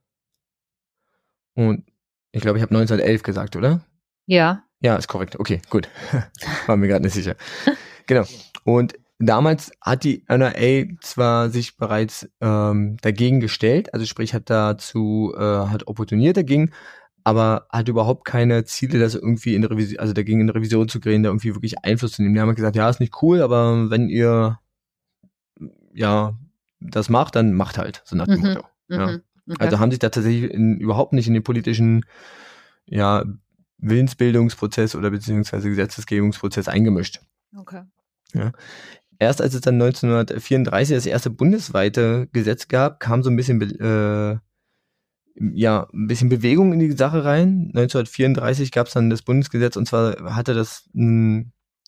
Und ich glaube, ich habe neunzehnhundertelf gesagt, oder? Ja. Ja, ist korrekt. Okay, gut. War mir gerade nicht sicher. Genau. Und damals hat die N R A zwar sich bereits ähm, dagegen gestellt, also sprich hat dazu, äh, hat opportuniert dagegen, aber hat überhaupt keine Ziele, das irgendwie in Revision, also dagegen in Revision zu gehen, da irgendwie wirklich Einfluss zu nehmen. Die haben gesagt, ja, ist nicht cool, aber wenn ihr ja das macht, dann macht halt, so nach dem Mhm. Motto. Ja. Mhm. Okay. Also haben sich da tatsächlich in, überhaupt nicht in den politischen, ja, Willensbildungsprozess oder beziehungsweise Gesetzesgebungsprozess eingemischt. Okay. Ja. Erst als es dann neunzehnhundertvierunddreißig das erste bundesweite Gesetz gab, kam so ein bisschen, äh, ja, ein bisschen Bewegung in die Sache rein. neunzehnhundertvierunddreißig gab es dann das Bundesgesetz und zwar hatte das mh,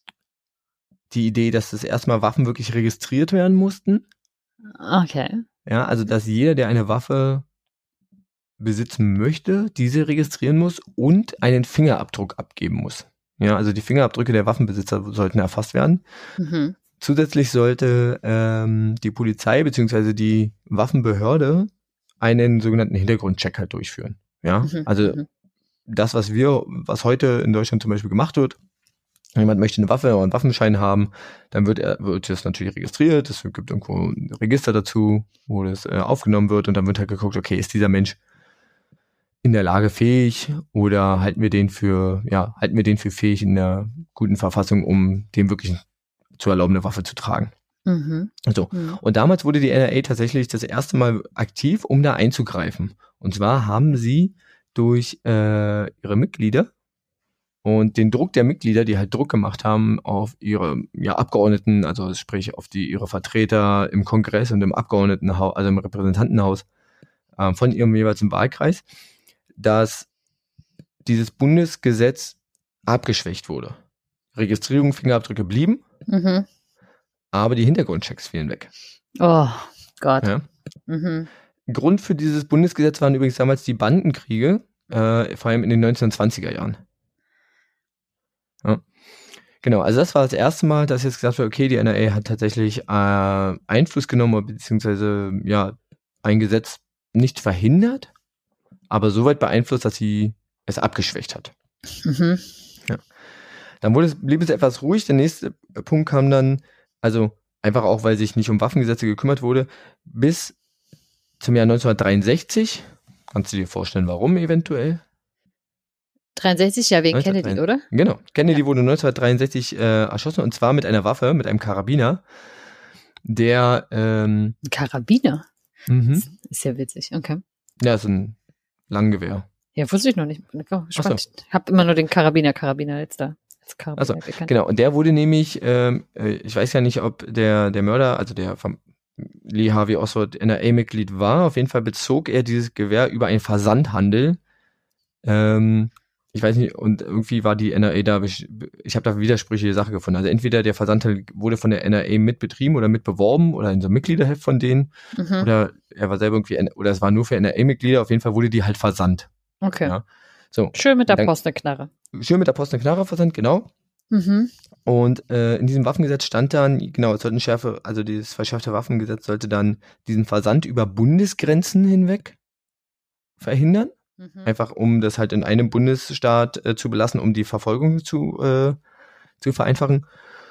die Idee, dass das erstmal Waffen wirklich registriert werden mussten. Okay. Ja, also dass jeder, der eine Waffe besitzen möchte, diese registrieren muss und einen Fingerabdruck abgeben muss. Ja, also die Fingerabdrücke der Waffenbesitzer sollten erfasst werden. Mhm. Zusätzlich sollte ähm, die Polizei bzw. die Waffenbehörde einen sogenannten Hintergrundcheck halt durchführen. Ja, Mhm. also Mhm. das, was wir, was heute in Deutschland zum Beispiel gemacht wird, jemand möchte eine Waffe oder einen Waffenschein haben, dann wird er, wird das natürlich registriert, es gibt irgendwo ein Register dazu, wo das äh, aufgenommen wird und dann wird halt geguckt, okay, ist dieser Mensch in der Lage fähig oder halten wir den für, ja, halten wir den für fähig in einer guten Verfassung, um dem wirklich zu erlauben, eine Waffe zu tragen. Mhm. So. Mhm. Und damals wurde die N R A tatsächlich das erste Mal aktiv, um da einzugreifen. Und zwar haben sie durch äh, ihre Mitglieder und den Druck der Mitglieder, die halt Druck gemacht haben auf ihre ja, Abgeordneten, also sprich auf die ihre Vertreter im Kongress und im Abgeordnetenhaus, also im Repräsentantenhaus äh, von ihrem jeweiligen Wahlkreis, dass dieses Bundesgesetz abgeschwächt wurde. Registrierung, Fingerabdrücke blieben, Mhm. aber die Hintergrundchecks fielen weg. Oh Gott. Ja. Mhm. Grund für dieses Bundesgesetz waren übrigens damals die Bandenkriege, äh, vor allem in den neunzehnhundertzwanziger Jahren. Ja. Genau, also das war das erste Mal, dass jetzt gesagt wird, okay, die N R A hat tatsächlich äh, Einfluss genommen, beziehungsweise ja, ein Gesetz nicht verhindert, aber so weit beeinflusst, dass sie es abgeschwächt hat. Mhm. Ja. Dann wurde es, blieb es etwas ruhig. Der nächste Punkt kam dann, also einfach auch, weil sich nicht um Waffengesetze gekümmert wurde, bis zum Jahr neunzehnhundertdreiundsechzig. Kannst du dir vorstellen, warum eventuell? dreiundsechzig, ja, wegen Kennedy, oder? Genau. Kennedy Ja. wurde neunzehnhundertdreiundsechzig äh, erschossen und zwar mit einer Waffe, mit einem Karabiner, der ähm, Ein Karabiner? mhm. Das ist ja witzig, okay. Ja, ist ein Langgewehr. Ja, wusste ich noch nicht. Oh, spannend. So. Ich habe immer nur den Karabiner, Karabiner jetzt da. Als Karabiner Also, bekannt. genau. Und der wurde nämlich, ähm, ich weiß ja nicht, ob der, der Mörder, also der vom Lee Harvey Oswald N R A-Mitglied war. Auf jeden Fall bezog er dieses Gewehr über einen Versandhandel. Ähm, ich weiß nicht, und irgendwie war die N R A da, ich habe da widersprüchliche Sache gefunden. Also entweder der Versandhandel wurde von der N R A mitbetrieben oder mitbeworben oder in so einem Mitgliederheft von denen. Mhm. Oder er war selber irgendwie, oder es war nur für N R A-Mitglieder. Auf jeden Fall wurde die halt versandt. Okay. Ja. So. Schön mit der dann, Post eine Knarre. Schön mit der Post eine Knarre versandt, genau. Mhm. Und äh, in diesem Waffengesetz stand dann, genau, es sollten schärfe, also dieses verschärfte Waffengesetz sollte dann diesen Versand über Bundesgrenzen hinweg verhindern. Mhm. Einfach um das halt in einem Bundesstaat äh, zu belassen, um die Verfolgung zu, äh, zu vereinfachen.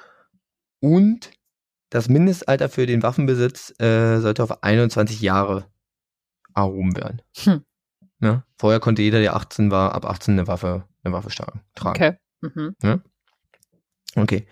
Und das Mindestalter für den Waffenbesitz äh, sollte auf einundzwanzig Jahre erhoben werden. Hm. Ja? Vorher konnte jeder, der achtzehn war, ab achtzehn eine Waffe, eine Waffe tragen. Okay. Mhm. Ja? Okay.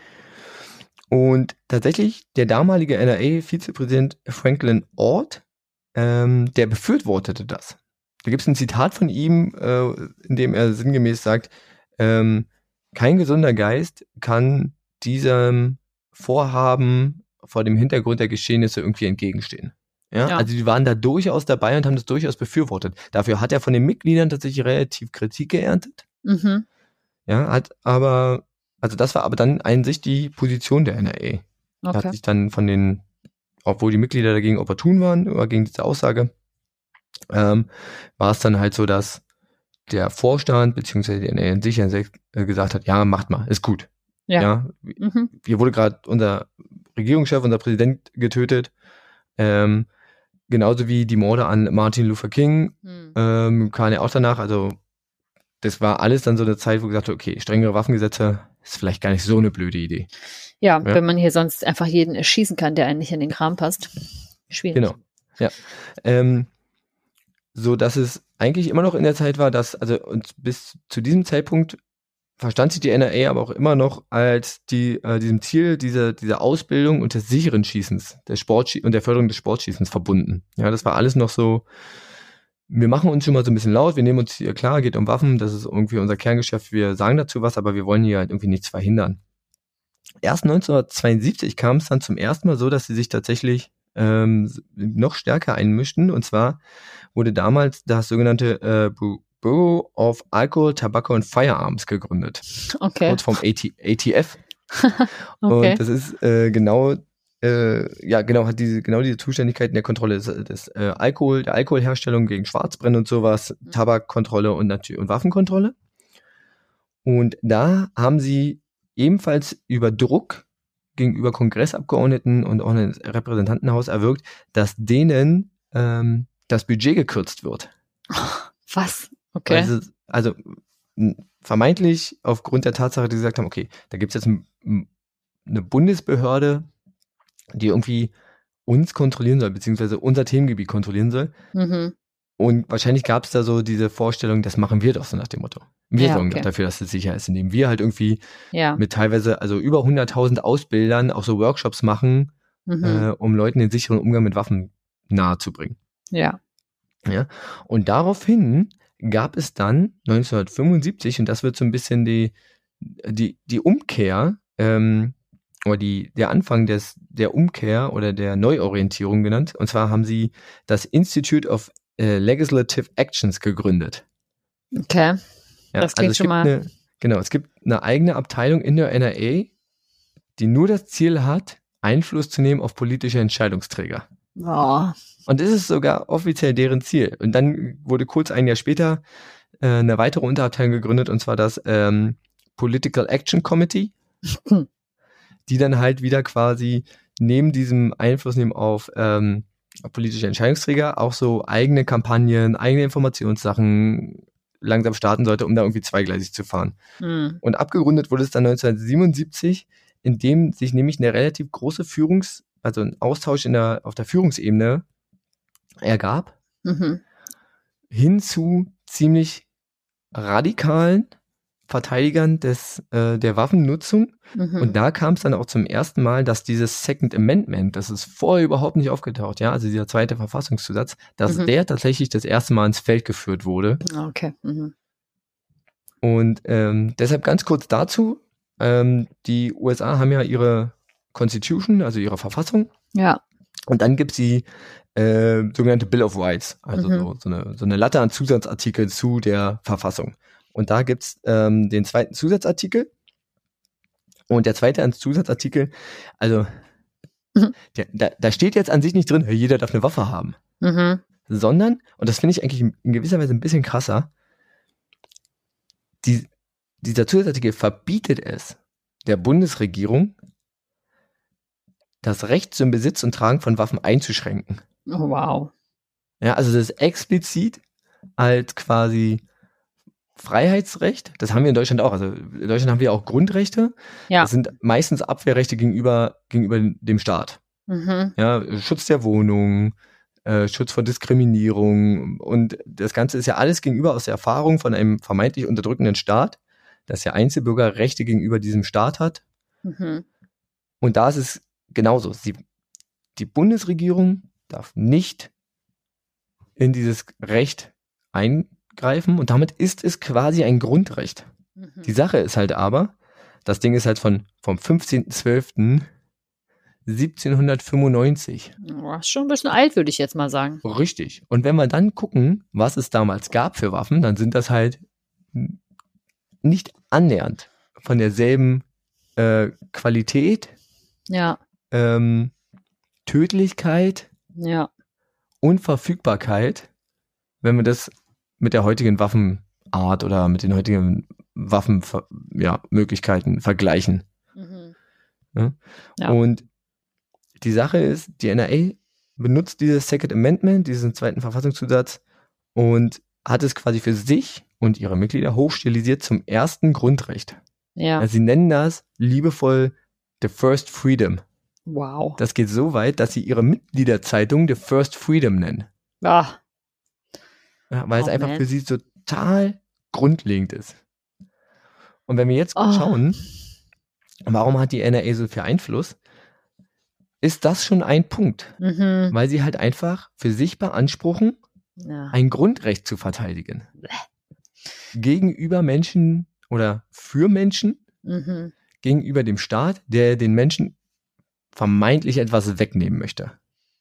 Und tatsächlich, der damalige N R A-Vizepräsident Franklin Ord, ähm, der befürwortete das. Da gibt es ein Zitat von ihm, äh, in dem er sinngemäß sagt, ähm, kein gesunder Geist kann diesem Vorhaben vor dem Hintergrund der Geschehnisse irgendwie entgegenstehen. Ja? Ja. Also die waren da durchaus dabei und haben das durchaus befürwortet. Dafür hat er von den Mitgliedern tatsächlich relativ Kritik geerntet. Mhm. Ja, hat aber, also das war aber dann an sich die Position der N R A. Okay. Er hat sich dann von den, obwohl die Mitglieder dagegen opportun waren, oder gegen diese Aussage, ähm, war es dann halt so, dass der Vorstand beziehungsweise die N R A in sich gesagt hat, ja, macht mal, ist gut. Ja. ja mhm. Hier wurde gerade unser Regierungschef, unser Präsident getötet, ähm, genauso wie die Morde an Martin Luther King, mhm. ähm, kam ja auch danach, also das war alles dann so eine Zeit, wo gesagt hat, okay, strengere Waffengesetze ist vielleicht gar nicht so eine blöde Idee. Ja, ja, wenn man hier sonst einfach jeden erschießen kann, der einen nicht in den Kram passt. Schwierig. Genau, ja. Ähm, so dass es eigentlich immer noch in der Zeit war, dass, also und bis zu diesem Zeitpunkt verstand sich die N R A aber auch immer noch als die, äh, diesem Ziel dieser, dieser Ausbildung und des sicheren Schießens, der Sportschie- und der Förderung des Sportschießens verbunden. Ja, das war alles noch so, wir machen uns schon mal so ein bisschen laut, wir nehmen uns hier klar, geht um Waffen, das ist irgendwie unser Kerngeschäft, wir sagen dazu was, aber wir wollen hier halt irgendwie nichts verhindern. Erst neunzehnhundertzweiundsiebzig kam es dann zum ersten Mal so, dass sie sich tatsächlich ähm, noch stärker einmischten, und zwar wurde damals das sogenannte äh, Bureau of Alcohol, Tobacco and Firearms gegründet. Okay. Kurz vom A T F. Okay. Und das ist äh, genau Äh, ja, genau, hat diese, genau diese Zuständigkeiten der Kontrolle des, des äh, Alkohol, der Alkoholherstellung gegen Schwarzbrennen und sowas, Tabakkontrolle und natürlich und Waffenkontrolle. Und da haben sie ebenfalls über Druck gegenüber Kongressabgeordneten und auch dem Repräsentantenhaus erwirkt, dass denen ähm, das Budget gekürzt wird. Was? Okay. Also, also vermeintlich aufgrund der Tatsache, die sie gesagt haben, okay, da gibt es jetzt ein, eine Bundesbehörde, die irgendwie uns kontrollieren soll, beziehungsweise unser Themengebiet kontrollieren soll. Mhm. Und wahrscheinlich gab es da so diese Vorstellung, das machen wir doch so nach dem Motto. Wir ja, sorgen okay. dafür, dass es sicher ist, indem wir halt irgendwie ja. mit teilweise, also über hunderttausend Ausbildern auch so Workshops machen, mhm. äh, um Leuten den sicheren Umgang mit Waffen nahezubringen. Ja. Ja. Und daraufhin gab es dann neunzehnhundertfünfundsiebzig, und das wird so ein bisschen die, die, die Umkehr, ähm, oder die, der Anfang des, der Umkehr oder der Neuorientierung genannt. Und zwar haben sie das Institute of äh, Legislative Actions gegründet. Okay. Ja, das klingt also schon mal. Eine, genau, es gibt eine eigene Abteilung in der N R A, die nur das Ziel hat, Einfluss zu nehmen auf politische Entscheidungsträger. Oh. Und das ist sogar offiziell deren Ziel. Und dann wurde kurz ein Jahr später äh, eine weitere Unterabteilung gegründet, und zwar das ähm, Political Action Committee, Hm. die dann halt wieder quasi neben diesem Einfluss nehmen auf ähm, politische Entscheidungsträger auch so eigene Kampagnen, eigene Informationssachen langsam starten sollte, um da irgendwie zweigleisig zu fahren. Hm. Und abgerundet wurde es dann neunzehnhundertsiebenundsiebzig, in dem sich nämlich eine relativ große Führungs-, also ein Austausch in der, auf der Führungsebene ergab, Mhm. hin zu ziemlich radikalen Verteidigern des, äh, der Waffennutzung. Mhm. Und da kam es dann auch zum ersten Mal, dass dieses Second Amendment, das ist vorher überhaupt nicht aufgetaucht, ja, also dieser zweite Verfassungszusatz, dass Mhm. der tatsächlich das erste Mal ins Feld geführt wurde. Okay. Mhm. Und ähm, deshalb ganz kurz dazu, ähm, die U S A haben ja ihre Constitution, also ihre Verfassung, Ja. und dann gibt's die äh, sogenannte Bill of Rights, also Mhm. so, so, eine, so eine Latte an Zusatzartikeln zu der Verfassung. Und da gibt's ähm, den zweiten Zusatzartikel. Und der zweite Zusatzartikel, also Mhm. der, da, da steht jetzt an sich nicht drin, jeder darf eine Waffe haben, Mhm. sondern, und das finde ich eigentlich in gewisser Weise ein bisschen krasser, die, dieser Zusatzartikel verbietet es der Bundesregierung, das Recht zum Besitz und Tragen von Waffen einzuschränken. Oh, wow. Ja, also das ist explizit als quasi Freiheitsrecht, das haben wir in Deutschland auch. Also in Deutschland haben wir auch Grundrechte. Ja. Das sind meistens Abwehrrechte gegenüber, gegenüber dem Staat. Mhm. Ja, Schutz der Wohnung, äh, Schutz vor Diskriminierung, und das Ganze ist ja alles gegenüber aus der Erfahrung von einem vermeintlich unterdrückenden Staat, dass der Einzelbürger Rechte gegenüber diesem Staat hat. Mhm. Und da ist es genauso. Sie, die Bundesregierung darf nicht in dieses Recht eingreifen, und damit ist es quasi ein Grundrecht. Mhm. Die Sache ist halt aber, das Ding ist halt von, vom fünfzehnten zwölften siebzehnhundertfünfundneunzig. Oh, ist schon ein bisschen alt, würde ich jetzt mal sagen. Richtig. Und wenn wir dann gucken, was es damals gab für Waffen, dann sind das halt nicht annähernd von derselben äh, Qualität, Ja. ähm, Tödlichkeit Ja. und Verfügbarkeit, wenn wir das mit der heutigen Waffenart oder mit den heutigen Waffenmöglichkeiten ja, vergleichen. Mhm. Ja? Ja. Und die Sache ist, die N R A benutzt dieses Second Amendment, diesen zweiten Verfassungszusatz, und hat es quasi für sich und ihre Mitglieder hochstilisiert zum ersten Grundrecht. Ja. Ja, sie nennen das liebevoll The First Freedom. Wow. Das geht so weit, dass sie ihre Mitgliederzeitung The First Freedom nennen. Ah. Ja, weil Oh, es einfach man. für sie total grundlegend ist. Und wenn wir jetzt Oh. schauen, warum hat die N R A so viel Einfluss, ist das schon ein Punkt. Mhm. Weil sie halt einfach für sich beanspruchen, Ja. ein Grundrecht zu verteidigen. Gegenüber Menschen oder für Menschen, Mhm. gegenüber dem Staat, der den Menschen vermeintlich etwas wegnehmen möchte.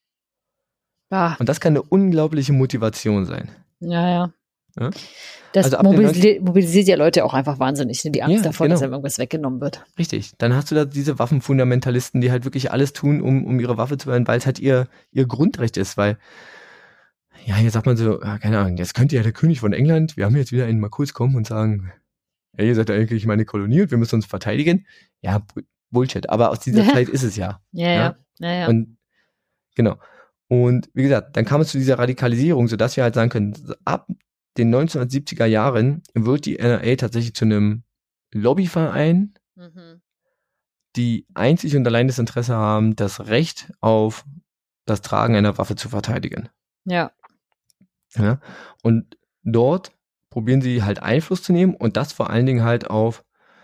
Ah. Und das kann eine unglaubliche Motivation sein. Ja, ja. Ja? Das Also ab den mobilisiert, mobilisiert ja Leute auch einfach wahnsinnig, ne? Die Angst Ja, davor, genau. dass einem irgendwas weggenommen wird. Richtig. Dann hast du da diese Waffenfundamentalisten, die halt wirklich alles tun, um, um ihre Waffe zu behalten, weil es halt ihr, ihr Grundrecht ist, weil, ja, hier sagt man so, ja, keine Ahnung, jetzt könnte ja der König von England, wir haben jetzt wieder einen mal kurz kommen und sagen, ja, ihr seid ja eigentlich meine Kolonie und wir müssen uns verteidigen. Ja, Bullshit. Aber aus dieser Zeit ist es ja. Ja, ja. ja, ja. Und genau. Und wie gesagt, dann kam es zu dieser Radikalisierung, sodass wir halt sagen können, ab den neunzehnhundertsiebziger Jahren wird die N R A tatsächlich zu einem Lobbyverein, Mhm. die einzig und allein das Interesse haben, das Recht auf das Tragen einer Waffe zu verteidigen. Ja. Ja? Und dort probieren sie halt Einfluss zu nehmen, und das vor allen Dingen halt auf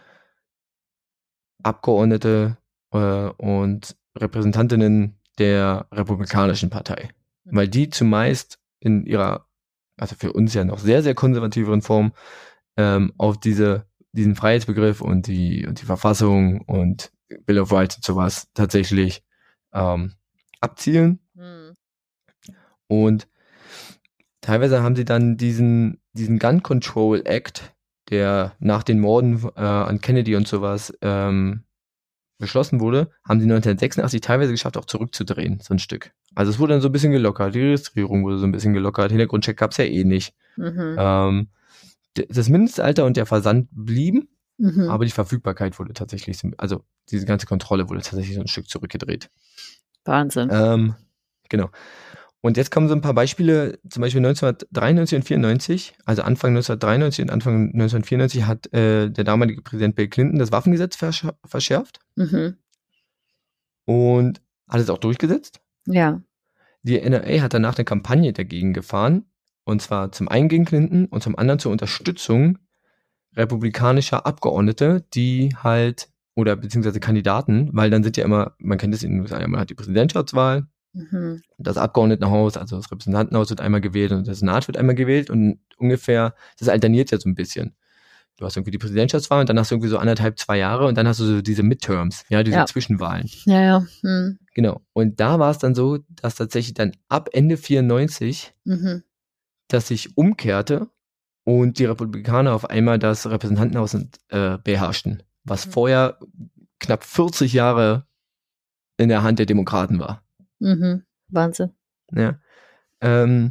Abgeordnete äh, und Repräsentantinnen der Republikanischen Partei. Mhm. Weil die zumeist in ihrer, also für uns ja noch sehr, sehr konservativeren Form ähm, auf diese, diesen Freiheitsbegriff und die, und die Verfassung und Bill of Rights und sowas tatsächlich ähm, abzielen. Mhm. Und teilweise haben sie dann diesen, diesen Gun Control Act, der nach den Morden äh, an Kennedy und sowas ähm, beschlossen wurde, haben sie neunzehnhundertsechsundachtzig teilweise geschafft, auch zurückzudrehen, so ein Stück. Also es wurde dann so ein bisschen gelockert, die Registrierung wurde so ein bisschen gelockert, Hintergrundcheck gab es ja eh nicht. Mhm. Ähm, das Mindestalter und der Versand blieben, Mhm. aber die Verfügbarkeit wurde tatsächlich, also diese ganze Kontrolle wurde tatsächlich so ein Stück zurückgedreht. Wahnsinn. Ähm, genau. Und jetzt kommen so ein paar Beispiele, zum Beispiel neunzehnhundertdreiundneunzig und vierundneunzig, also Anfang neunzehnhundertdreiundneunzig und Anfang neunzehnhundertvierundneunzig hat äh, der damalige Präsident Bill Clinton das Waffengesetz versch- verschärft Mhm. und hat es auch durchgesetzt. Ja. Die N R A hat danach eine Kampagne dagegen gefahren, und zwar zum einen gegen Clinton und zum anderen zur Unterstützung republikanischer Abgeordnete, die halt, oder beziehungsweise Kandidaten, weil dann sind ja immer, man kennt es in den U S A, man hat die Präsidentschaftswahl, Mhm. das Abgeordnetenhaus, also das Repräsentantenhaus wird einmal gewählt und der Senat wird einmal gewählt und ungefähr, das alterniert ja so ein bisschen. Du hast irgendwie die Präsidentschaftswahl und dann hast du irgendwie so anderthalb, zwei Jahre und dann hast du so diese Midterms, ja, diese Ja. Zwischenwahlen. Ja, ja. Mhm. Genau. Und da war es dann so, dass tatsächlich dann ab Ende vierundneunzig Mhm. das sich umkehrte und die Republikaner auf einmal das Repräsentantenhaus äh, beherrschten, was Mhm. vorher knapp vierzig Jahre in der Hand der Demokraten war. Mhm. Wahnsinn. Ja. Ähm,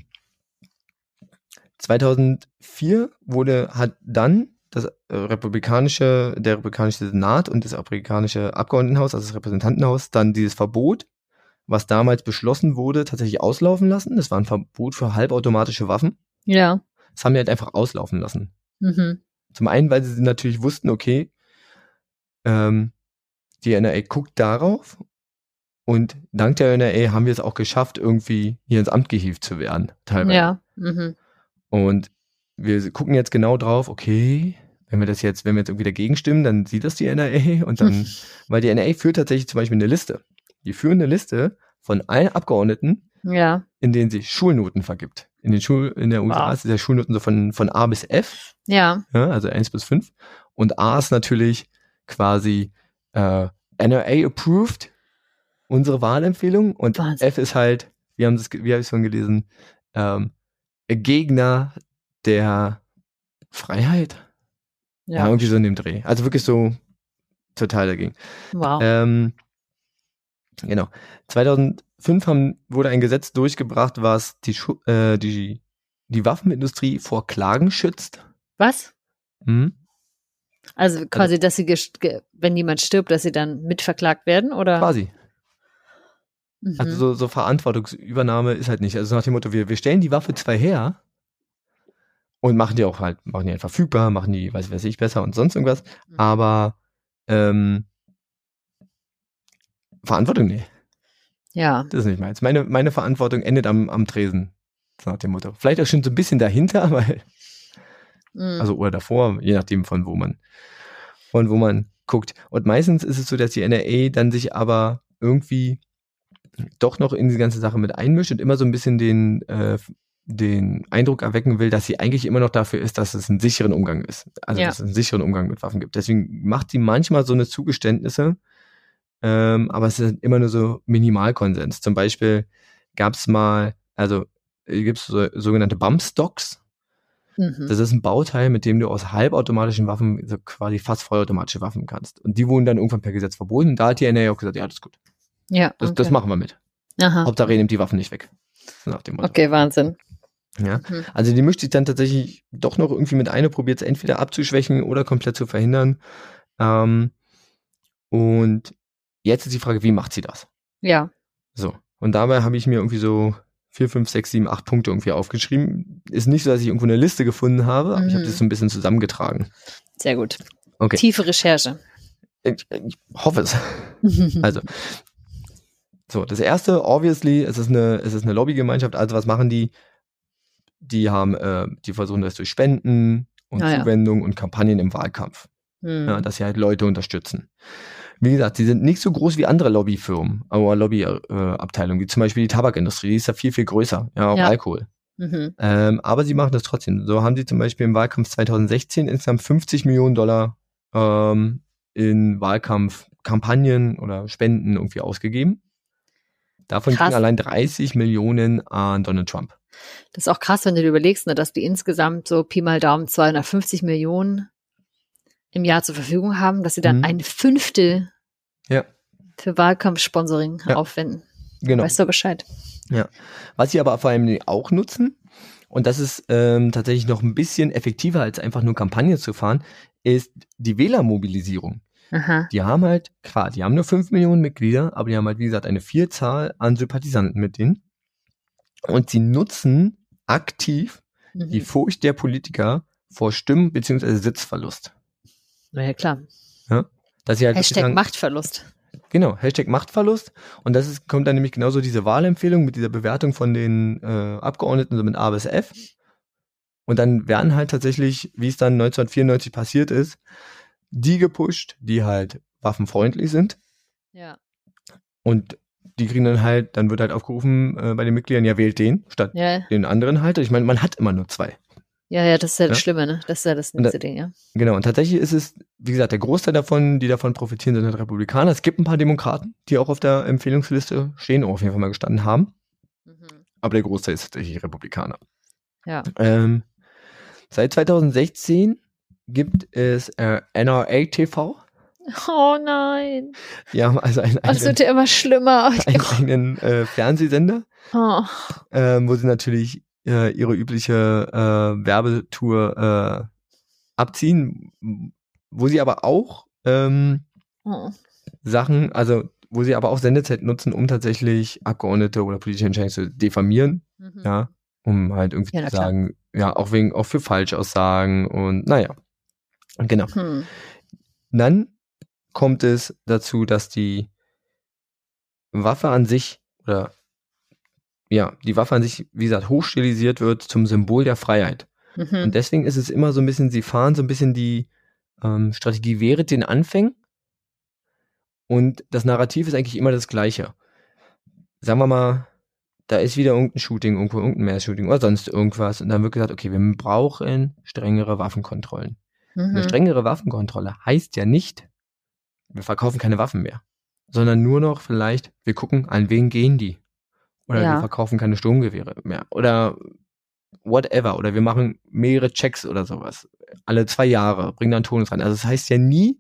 zweitausendvier wurde, hat dann das äh, republikanische, der republikanische Senat und das republikanische Abgeordnetenhaus, also das Repräsentantenhaus, dann dieses Verbot, was damals beschlossen wurde, tatsächlich auslaufen lassen. Das war ein Verbot für halbautomatische Waffen. Ja. Das haben die halt einfach auslaufen lassen. Mhm. Zum einen, weil sie natürlich wussten, okay, ähm, die N R A guckt darauf und dank der N R A haben wir es auch geschafft, irgendwie hier ins Amt gehievt zu werden, teilweise. Ja. Mhm. Und wir gucken jetzt genau drauf, okay, wenn wir das jetzt, wenn wir jetzt irgendwie dagegen stimmen, dann sieht das die N R A und dann, weil die N R A führt tatsächlich zum Beispiel eine Liste. Die führen eine Liste von allen Abgeordneten, Ja. in denen sie Schulnoten vergibt. In den Schul in der U S A Wow. ist ja Schulnoten so von, von A bis F, Ja. ja, also eins bis fünf. Und A ist natürlich quasi äh, N R A approved, unsere Wahlempfehlung. Und Wahnsinn. F ist halt, wir haben es, wie habe ich es schon gelesen, ähm, Gegner der Freiheit. Ja. ja, irgendwie so in dem Dreh. Also wirklich so total dagegen. Wow. Ähm, genau. zweitausendfünf haben, wurde ein Gesetz durchgebracht, was die, Schu- äh, die, die Waffenindustrie vor Klagen schützt. Was? Mhm. Also quasi, dass sie, gest- ge- wenn jemand stirbt, dass sie dann mitverklagt werden, oder? Quasi. Mhm. Also so, so Verantwortungsübernahme ist halt nicht. Also nach dem Motto, wir, wir stellen die Waffe zwar her und machen die auch halt, machen die halt verfügbar, machen die, weiß, weiß ich, besser und sonst irgendwas, Mhm. aber ähm, Verantwortung, nee. Ja. Das ist nicht meins. Meine, meine Verantwortung endet am, am Tresen. So nach dem Motto. Vielleicht auch schon so ein bisschen dahinter, weil, Mhm. also oder davor, je nachdem von wo man, von wo man guckt. Und meistens ist es so, dass die N R A dann sich aber irgendwie doch noch in diese ganze Sache mit einmischt und immer so ein bisschen den, äh, den Eindruck erwecken will, dass sie eigentlich immer noch dafür ist, dass es einen sicheren Umgang ist. Also Ja. dass es einen sicheren Umgang mit Waffen gibt. Deswegen macht sie manchmal so eine Zugeständnisse, ähm, aber es ist immer nur so Minimalkonsens. Zum Beispiel gab es mal, also gibt es so, sogenannte Bump Stocks. Mhm. Das ist ein Bauteil, mit dem du aus halbautomatischen Waffen so quasi fast vollautomatische Waffen kannst. Und die wurden dann irgendwann per Gesetz verboten. Und da hat die N R A auch gesagt, ja, das ist gut. Ja. Das, Okay. das machen wir mit. Aha. Hauptsache, ihr nehmt die Waffen nicht weg. So nach dem Motto. Okay, Wahnsinn. Ja. Mhm. Also die mischt sich dann tatsächlich doch noch irgendwie mit ein und probiert es entweder abzuschwächen oder komplett zu verhindern. Ähm, und jetzt ist die Frage, wie macht sie das? Ja. So. Und dabei habe ich mir irgendwie so vier, fünf, sechs, sieben, acht Punkte irgendwie aufgeschrieben. Ist nicht so, dass ich irgendwo eine Liste gefunden habe, aber ich habe Mhm. das so ein bisschen zusammengetragen. Sehr gut. Okay. Tiefe Recherche. Ich, ich hoffe es. Also, so, das erste, obviously, es ist eine, es ist eine Lobbygemeinschaft, also was machen die? Die haben, äh, die versuchen das durch Spenden und Ah, ja. Zuwendung und Kampagnen im Wahlkampf, Mhm. ja, dass sie halt Leute unterstützen. Wie gesagt, sie sind nicht so groß wie andere Lobbyfirmen, aber Lobbyabteilungen, wie zum Beispiel die Tabakindustrie, die ist ja viel, viel größer, ja, auch Ja. Alkohol. Mhm. Ähm, aber sie machen das trotzdem. So haben sie zum Beispiel im Wahlkampf zweitausendsechzehn insgesamt fünfzig Millionen Dollar ähm, in Wahlkampfkampagnen oder Spenden irgendwie ausgegeben. Davon Krass. gingen allein dreißig Millionen an Donald Trump. Das ist auch krass, wenn du dir überlegst, ne, dass die insgesamt so Pi mal Daumen zweihundertfünfzig Millionen im Jahr zur Verfügung haben, dass sie dann Mhm. ein Fünftel Ja. Für Wahlkampfsponsoring Ja. aufwenden. Genau. Weißt du Bescheid? Ja. Was sie aber vor allem auch nutzen, und das ist ähm, tatsächlich noch ein bisschen effektiver, als einfach nur Kampagnen zu fahren, ist die Wählermobilisierung. Aha. Die haben halt, klar, die haben nur fünf Millionen Mitglieder, aber die haben halt, wie gesagt, eine Vielzahl an Sympathisanten mit denen. Und sie nutzen aktiv Mhm. die Furcht der Politiker vor Stimmen- bzw. Sitzverlust. Na ja, klar. Ja? Dass sie halt wirklich Hashtag sagen, Machtverlust. genau, Hashtag Machtverlust. Und das ist, kommt dann nämlich genauso diese Wahlempfehlung mit dieser Bewertung von den äh, Abgeordneten, so mit A bis F. Und dann werden halt tatsächlich, wie es dann neunzehnhundertvierundneunzig passiert ist, die gepusht, die halt waffenfreundlich sind. Ja. Und die kriegen dann halt, dann wird halt aufgerufen äh, bei den Mitgliedern, ja, wählt den statt Ja. den anderen halt. Ich meine, man hat immer nur zwei. Ja, ja, das ist ja das Ja? Schlimme, ne? Das ist ja das Und nächste da- Ding, ja. Genau, und tatsächlich ist es, wie gesagt, der Großteil davon, die davon profitieren, sind halt Republikaner. Es gibt ein paar Demokraten, die auch auf der Empfehlungsliste stehen, auch auf jeden Fall mal gestanden haben. Mhm. Aber der Großteil ist tatsächlich Republikaner. Ja. Ähm, seit zweitausendsechzehn gibt es äh, N R A T V. Oh nein. Die haben also einen, Das einen, wird ja immer schlimmer. einen, einen äh, Fernsehsender, Oh. ähm, wo sie natürlich äh, ihre übliche äh, Werbetour äh, abziehen, wo sie aber auch ähm, Oh. Sachen, also wo sie aber auch Sendezeit nutzen, um tatsächlich Abgeordnete oder politische Entscheidungen zu diffamieren, Mhm. ja, um halt irgendwie Ja, na zu klar. sagen, ja, auch wegen, auch für Falschaussagen und naja. Genau. Hm. Dann kommt es dazu, dass die Waffe an sich, oder ja, die Waffe an sich, wie gesagt, hochstilisiert wird zum Symbol der Freiheit. Mhm. Und deswegen ist es immer so ein bisschen, sie fahren so ein bisschen die ähm, Strategie während den Anfängen und das Narrativ ist eigentlich immer das gleiche. Sagen wir mal, da ist wieder irgendein Shooting, irgendwo irgendein Mass-Shooting oder sonst irgendwas und dann wird gesagt, okay, wir brauchen strengere Waffenkontrollen. Eine Mhm. strengere Waffenkontrolle heißt ja nicht, wir verkaufen keine Waffen mehr, sondern nur noch vielleicht, wir gucken, an wen gehen die. Oder Ja. wir verkaufen keine Sturmgewehre mehr. Oder whatever. Oder wir machen mehrere Checks oder sowas. Alle zwei Jahre, bringen dann Tonus rein. Also das heißt ja nie,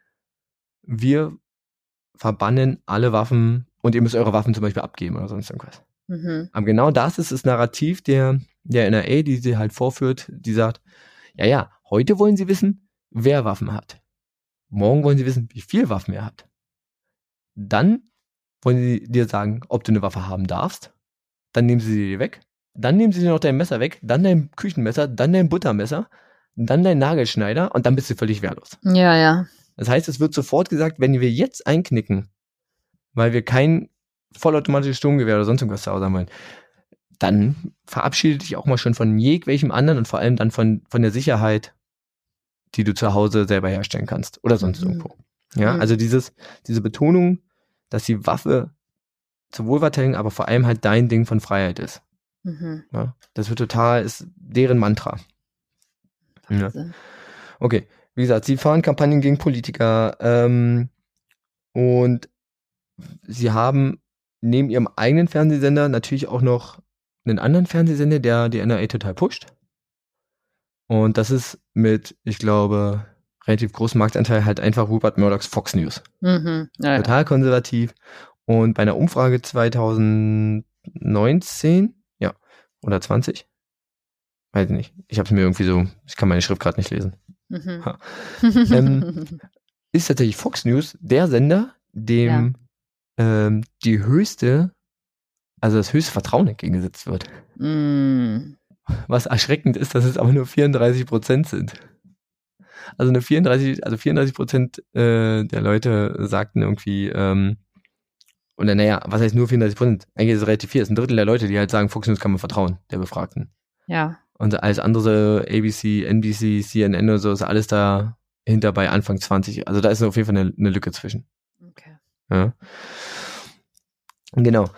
wir verbannen alle Waffen und ihr müsst eure Waffen zum Beispiel abgeben oder sonst irgendwas. Mhm. Aber genau das ist das Narrativ der, der N R A, die sie halt vorführt, die sagt, ja, ja, heute wollen sie wissen, wer Waffen hat. Morgen wollen sie wissen, wie viel Waffen er hat. Dann wollen sie dir sagen, ob du eine Waffe haben darfst. Dann nehmen sie sie dir weg. Dann nehmen sie dir noch dein Messer weg. Dann dein Küchenmesser. Dann dein Buttermesser. Dann dein Nagelschneider. Und dann bist du völlig wehrlos. Ja, ja. Das heißt, es wird sofort gesagt, wenn wir jetzt einknicken, weil wir kein vollautomatisches Sturmgewehr oder sonst irgendwas zu Hause haben wollen, dann verabschiede dich auch mal schon von jeglichem anderen und vor allem dann von, von der Sicherheit, die du zu Hause selber herstellen kannst oder sonst Mhm. irgendwo. Ja, Mhm. also dieses, diese Betonung, dass die Waffe zur Wohlverteidigung, aber vor allem halt dein Ding von Freiheit ist. Mhm. Ja, das wird total, ist deren Mantra. Ja. Wahnsinn. Okay, wie gesagt, sie fahren Kampagnen gegen Politiker ähm, und sie haben neben ihrem eigenen Fernsehsender natürlich auch noch einen anderen Fernsehsender, der die N R A total pusht. Und das ist mit, ich glaube, relativ großem Marktanteil halt einfach Rupert Murdochs Fox News. Mhm. Ja, ja. Total konservativ. Und bei einer Umfrage zweitausendneunzehn, ja, oder zwanzig, weiß ich nicht. Ich habe es mir irgendwie so, ich kann meine Schrift gerade nicht lesen. Mhm. Ha. Ähm, Ist tatsächlich Fox News der Sender, dem ähm, die höchste, also das höchste Vertrauen entgegengesetzt wird. Mm. Was erschreckend ist, dass es aber nur vierunddreißig Prozent sind. Also eine vierunddreißig, also vierunddreißig Prozent äh, der Leute sagten irgendwie, ähm, oder naja, was heißt nur vierunddreißig Prozent? Eigentlich ist es relativ viel. Es ist ein Drittel der Leute, die halt sagen, Fox News kann man vertrauen, der Befragten. Ja. Und alles andere, A B C, N B C, C N N oder so, ist alles da hinter bei Anfang zwanzig. Also da ist auf jeden Fall eine, eine Lücke zwischen. Okay. Ja. Genau.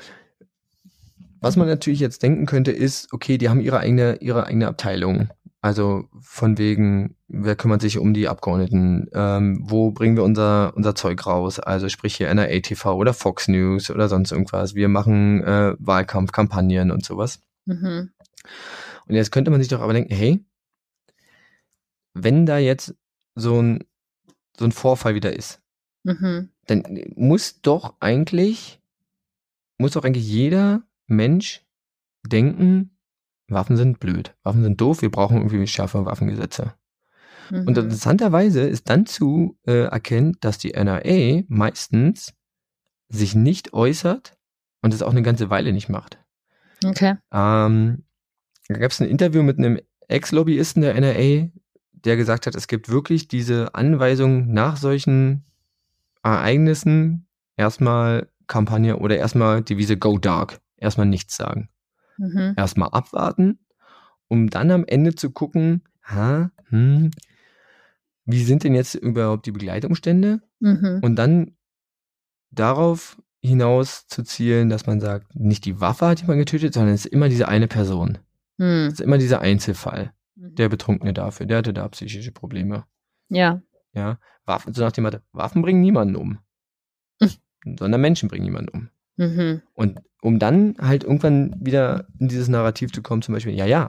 Was man natürlich jetzt denken könnte, ist, okay, die haben ihre eigene, ihre eigene Abteilung. Also von wegen, wer kümmert sich um die Abgeordneten? Ähm, wo bringen wir unser, unser Zeug raus? Also sprich hier N R A T V oder Fox News oder sonst irgendwas. Wir machen äh, Wahlkampfkampagnen und sowas. Mhm. Und jetzt könnte man sich doch aber denken, hey, wenn da jetzt so ein, so ein Vorfall wieder ist, Mhm. dann muss doch eigentlich, muss doch eigentlich jeder Mensch denken, Waffen sind blöd, Waffen sind doof, wir brauchen irgendwie schärfere Waffengesetze. Mhm. Und interessanterweise ist dann zu äh, erkennen, dass die N R A meistens sich nicht äußert und es auch eine ganze Weile nicht macht. Okay. Ähm, da gab es ein Interview mit einem Ex-Lobbyisten der N R A, der gesagt hat, es gibt wirklich diese Anweisung nach solchen Ereignissen erstmal Kampagne oder erstmal Devise Go Dark. Erstmal nichts sagen. Mhm. Erstmal abwarten, um dann am Ende zu gucken, ha, hm, wie sind denn jetzt überhaupt die Begleitumstände? Mhm. Und dann darauf hinaus zu zielen, dass man sagt, nicht die Waffe hat jemand getötet, sondern es ist immer diese eine Person. Mhm. Es ist immer dieser Einzelfall. Der Betrunkene dafür, der hatte da psychische Probleme. Ja. Ja, Waffen, so nach dem Motto, Waffen bringen niemanden um. Mhm. Sondern Menschen bringen niemanden um. Mhm. Und um dann halt irgendwann wieder in dieses Narrativ zu kommen, zum Beispiel, ja, ja,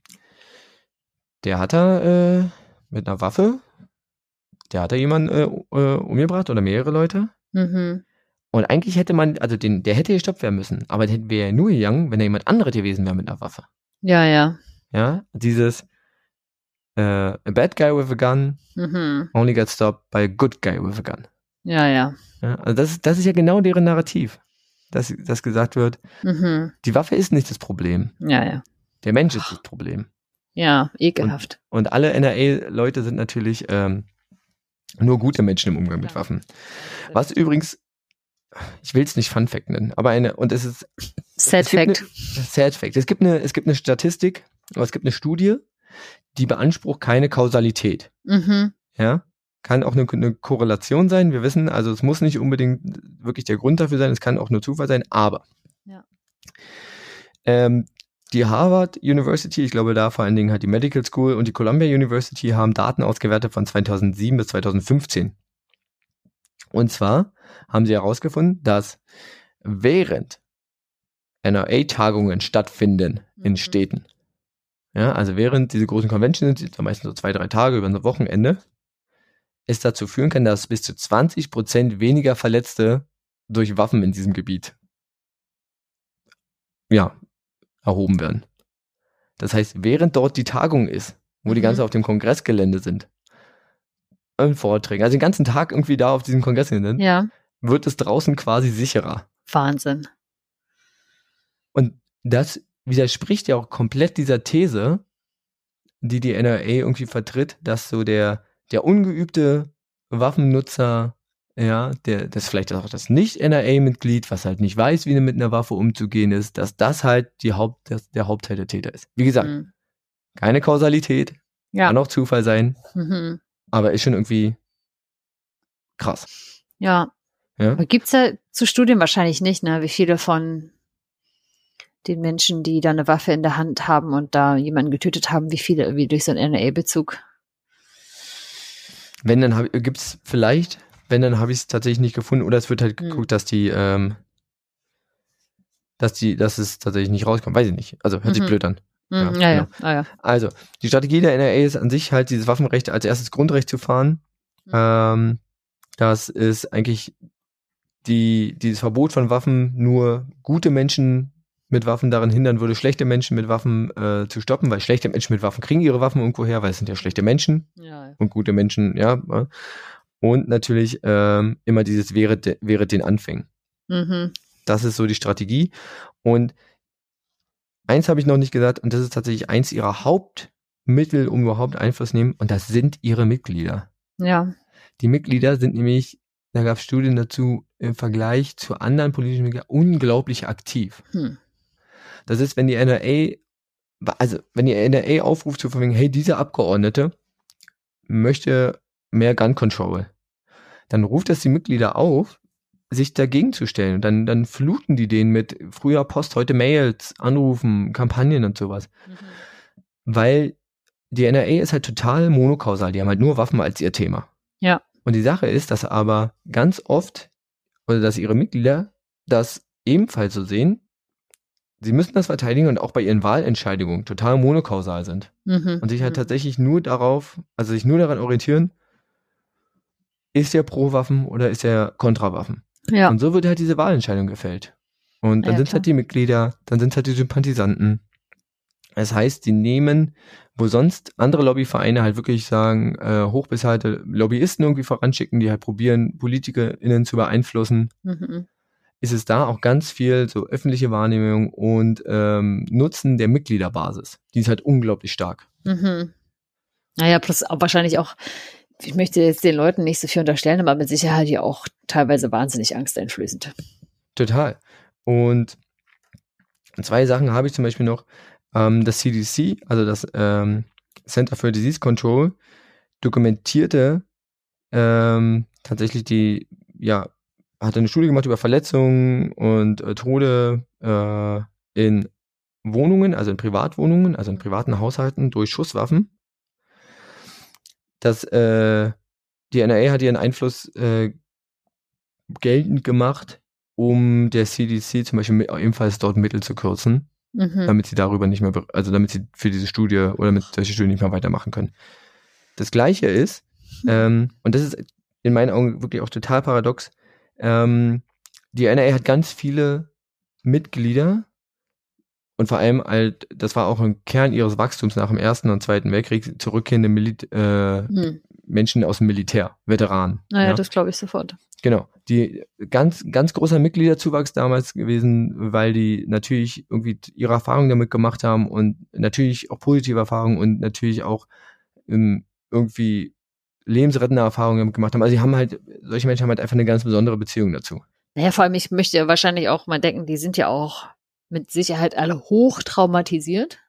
der hat da äh, mit einer Waffe, der hat da jemanden äh, äh, umgebracht oder mehrere Leute. Mhm. Und eigentlich hätte man, also den, der hätte gestoppt werden müssen, aber der wäre ja nur gegangen, wenn er jemand anderes gewesen wäre mit einer Waffe. Ja, ja. Ja, dieses äh, a bad guy with a gun Mhm. only gets stopped by a good guy with a gun. Ja, ja. Ja, also das, ist- das ist ja genau deren Narrativ, dass, dass gesagt wird, Mhm. die Waffe ist nicht das Problem, Ja, ja. der Mensch ist das Problem. Ja, ekelhaft. Und alle N R A-Leute sind natürlich ähm, nur gute Menschen im Umgang mit Waffen. Was übrigens, ich will es nicht Fun Fact nennen, aber eine, und es ist Sad es gibt Fact. Eine, Sad Fact. Es gibt eine, es gibt eine Statistik, aber es gibt eine Studie, die beansprucht keine Kausalität. Mhm. Ja, kann auch eine, eine Korrelation sein. Wir wissen, also es muss nicht unbedingt wirklich der Grund dafür sein, es kann auch nur Zufall sein, aber Ja. ähm, die Harvard University, ich glaube da vor allen Dingen halt die Medical School und die Columbia University haben Daten ausgewertet von zweitausendsieben bis zweitausendfünfzehn. Und zwar haben sie herausgefunden, dass während N R A-Tagungen stattfinden in Mhm. Städten, ja, also während diese großen Conventions sind, meistens so zwei, drei Tage über ein Wochenende, es dazu führen kann, dass bis zu zwanzig Prozent weniger Verletzte durch Waffen in diesem Gebiet ja, erhoben werden. Das heißt, während dort die Tagung ist, wo die Mhm. ganze auf dem Kongressgelände sind, in Vorträgen, also den ganzen Tag irgendwie da auf diesem Kongressgelände sind, Ja. wird es draußen quasi sicherer. Wahnsinn. Und das widerspricht ja auch komplett dieser These, die die N R A irgendwie vertritt, dass so der, der ungeübte Waffennutzer, ja, der, das vielleicht auch das Nicht-N R A-Mitglied, was halt nicht weiß, wie mit einer Waffe umzugehen ist, dass das halt die Haupt, das, der Hauptteil der Täter ist. Wie gesagt, Mhm. keine Kausalität, Ja. kann auch Zufall sein, Mhm. aber ist schon irgendwie krass. Ja. Ja? Aber gibt's ja zu Studien wahrscheinlich nicht, ne? Wie viele von den Menschen, die da eine Waffe in der Hand haben und da jemanden getötet haben, wie viele irgendwie durch so einen N R A-Bezug? Wenn, dann hab, gibt's vielleicht, wenn, dann habe ich es tatsächlich nicht gefunden, oder es wird halt Hm. geguckt, dass die, ähm, dass die, dass es tatsächlich nicht rauskommt, weiß ich nicht. Also hört sich Mhm. blöd an. Mhm. Ja, Ja, ja. genau. Ah, ja. Also, die Strategie der N R A ist an sich halt, dieses Waffenrecht als erstes Grundrecht zu fahren. Mhm. Ähm, das ist eigentlich die, dieses Verbot von Waffen nur gute Menschen mit Waffen daran hindern würde, schlechte Menschen mit Waffen äh, zu stoppen, weil schlechte Menschen mit Waffen kriegen ihre Waffen irgendwo her, weil es sind ja schlechte Menschen Ja. und gute Menschen, ja. äh. Und natürlich ähm, immer dieses wäre, de, wäre den Anfängen. Mhm. Das ist so die Strategie. Und eins habe ich noch nicht gesagt, und das ist tatsächlich eins ihrer Hauptmittel, um überhaupt Einfluss zu nehmen, und das sind ihre Mitglieder. Ja. Die Mitglieder sind nämlich, da gab es Studien dazu, im Vergleich zu anderen politischen Mitgliedern unglaublich aktiv. Hm. Das ist, wenn die N R A, also wenn die N R A aufruft zu verwenden, hey, dieser Abgeordnete möchte mehr Gun Control, dann ruft das die Mitglieder auf, sich dagegen zu stellen. Und dann, dann fluten die den mit früher Post, heute Mails, Anrufen, Kampagnen und sowas. Mhm. Weil die N R A ist halt total monokausal. Die haben halt nur Waffen als ihr Thema. Ja. Und die Sache ist, dass aber ganz oft, oder dass ihre Mitglieder das ebenfalls so sehen, sie müssen das verteidigen und auch bei ihren Wahlentscheidungen total monokausal sind. Mhm. Und sich halt Mhm. tatsächlich nur darauf, also sich nur daran orientieren, ist er pro Waffen oder ist er kontra Waffen? Ja. Und so wird halt diese Wahlentscheidung gefällt. Und dann Ja, sind es halt die Mitglieder, dann sind es halt die Sympathisanten. Das heißt, die nehmen, wo sonst andere Lobbyvereine halt wirklich sagen, äh, hochbezahlte Lobbyisten irgendwie voranschicken, die halt probieren, PolitikerInnen zu beeinflussen, Mhm. ist es da auch ganz viel so öffentliche Wahrnehmung und ähm, Nutzen der Mitgliederbasis. Die ist halt unglaublich stark. Mhm. Naja, plus auch wahrscheinlich auch, ich möchte jetzt den Leuten nicht so viel unterstellen, aber mit Sicherheit ja auch teilweise wahnsinnig angsteinflößend. Total. Und zwei Sachen habe ich zum Beispiel noch. Ähm, das C D C, also das ähm, Center for Disease Control, dokumentierte ähm, tatsächlich die, ja, hat eine Studie gemacht über Verletzungen und äh, Tode äh, in Wohnungen, also in Privatwohnungen, also in privaten Haushalten durch Schusswaffen. Das, äh, die N R A hat ihren Einfluss äh, geltend gemacht, um der C D C zum Beispiel ebenfalls dort Mittel zu kürzen, Mhm. damit sie darüber nicht mehr, also damit sie für diese Studie oder mit solche Studien nicht mehr weitermachen können. Das Gleiche ist, ähm, und das ist in meinen Augen wirklich auch total paradox, ähm, die N R A hat ganz viele Mitglieder und vor allem halt, das war auch ein Kern ihres Wachstums nach dem Ersten und Zweiten Weltkrieg, zurückkehrende Milit äh, Hm. Menschen aus dem Militär, Veteranen. Naja, ja? das glaube ich sofort. Genau, die ganz, ganz großer Mitgliederzuwachs damals gewesen, weil die natürlich irgendwie ihre Erfahrungen damit gemacht haben und natürlich auch positive Erfahrungen und natürlich auch ähm, irgendwie lebensrettende Erfahrungen damit gemacht haben. Also die haben halt, solche Menschen haben halt einfach eine ganz besondere Beziehung dazu. Naja, vor allem, ich möchte ja wahrscheinlich auch mal denken, die sind ja auch mit Sicherheit alle hoch traumatisiert.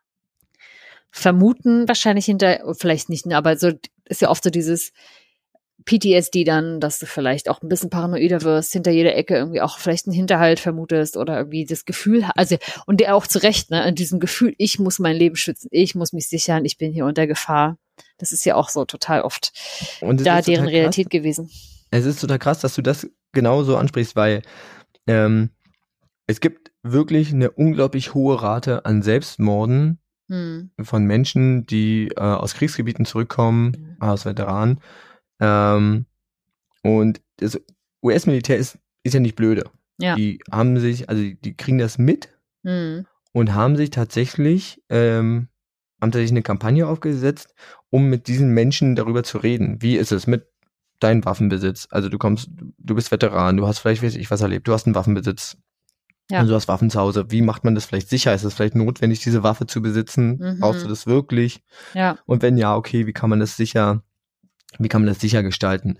Vermuten wahrscheinlich hinter, vielleicht nicht, aber so ist ja oft so dieses P T S D dann, dass du vielleicht auch ein bisschen paranoider wirst, hinter jeder Ecke irgendwie auch vielleicht einen Hinterhalt vermutest oder irgendwie das Gefühl, also, und der auch zu Recht, ne, in diesem Gefühl, ich muss mein Leben schützen, ich muss mich sichern, ich bin hier unter Gefahr. Das ist ja auch so total oft Und es da ist deren total Realität krass. gewesen. Es ist total krass, dass du das genauso ansprichst, weil ähm, es gibt wirklich eine unglaublich hohe Rate an Selbstmorden Hm. von Menschen, die äh, aus Kriegsgebieten zurückkommen, Mhm. aus Veteranen. Ähm, und das U S-Militär ist, ist ja nicht blöde. Ja. Die haben sich, also die, die kriegen das mit Hm. und haben sich tatsächlich, ähm, haben tatsächlich eine Kampagne aufgesetzt, um mit diesen Menschen darüber zu reden. Wie ist es mit deinem Waffenbesitz? Also du kommst, du bist Veteran, du hast vielleicht, weiß ich was erlebt, du hast einen Waffenbesitz. Ja. Also du hast Waffen zu Hause. Wie macht man das vielleicht sicher? Ist es vielleicht notwendig, diese Waffe zu besitzen? Mhm. Brauchst du das wirklich? Ja. Und wenn ja, okay, wie kann man das sicher, wie kann man das sicher gestalten?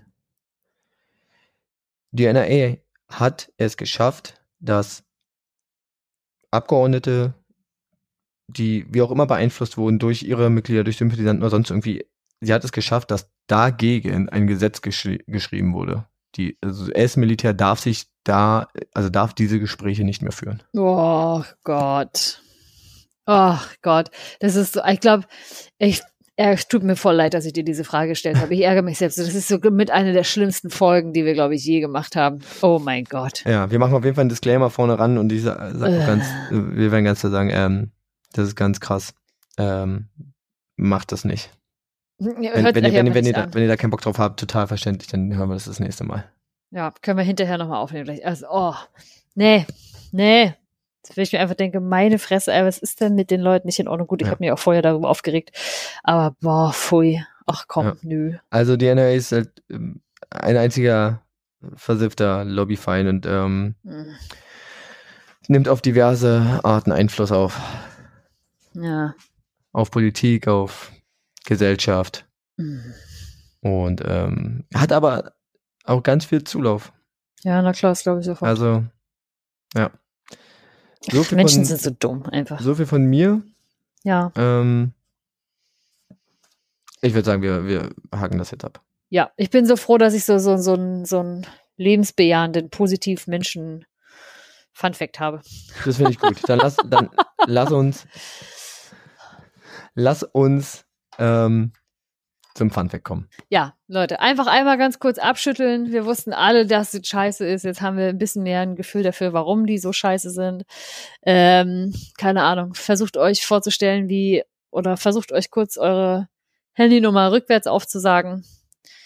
Die N R A hat es geschafft, dass Abgeordnete, die wie auch immer beeinflusst wurden durch ihre Mitglieder, durch Sympathisanten oder sonst irgendwie, sie hat es geschafft, dass dagegen ein Gesetz geschri- geschrieben wurde. Die, also U S-Militär darf sich da, also darf diese Gespräche nicht mehr führen. Oh Gott. Oh Gott. Das ist so, ich glaube, ich, es tut mir voll leid, dass ich dir diese Frage gestellt habe. Ich ärgere mich selbst. Das ist so mit einer der schlimmsten Folgen, die wir, glaube ich, je gemacht haben. Oh mein Gott. Ja, wir machen auf jeden Fall einen Disclaimer vorne ran und ich sag, sag auch ganz, wir werden ganz klar sagen, ähm, das ist ganz krass. Ähm, macht das nicht. Wenn, Hört, wenn, ihr, wenn, ihr, wenn, ihr da, da, wenn ihr da keinen Bock drauf habt, total verständlich, dann hören wir das das nächste Mal. Ja, können wir hinterher nochmal aufnehmen. Gleich. Also, oh, nee, nee. Wenn ich mir einfach denke, meine Fresse, ey, was ist denn mit den Leuten nicht in Ordnung? Gut, ich Ja. habe mich auch vorher darüber aufgeregt. Aber boah, pfui. Ach komm, Ja. nö. Also die N R A ist halt ähm, ein einziger versiffter Lobbyverein und ähm, Hm. nimmt auf diverse Arten Einfluss auf. Ja. Auf Politik, auf Gesellschaft. Hm. Und ähm, hat aber auch ganz viel Zulauf. Ja, na klar, das glaube ich sofort. Also, ja. So viel Menschen von, sind so dumm, einfach. So viel von mir. Ja. Ähm, ich würde sagen, wir, wir haken das jetzt ab. Ja, ich bin so froh, dass ich so, so, so, einen, so einen lebensbejahenden, positiv Menschen Funfact habe. Das finde ich gut. Dann lass, dann lass uns, lass uns ähm, zum Funfact kommen. Ja, Leute, einfach einmal ganz kurz abschütteln. Wir wussten alle, dass es scheiße ist. Jetzt haben wir ein bisschen mehr ein Gefühl dafür, warum die so scheiße sind. Ähm, keine Ahnung. Versucht euch vorzustellen, wie, oder versucht euch kurz eure Handynummer rückwärts aufzusagen.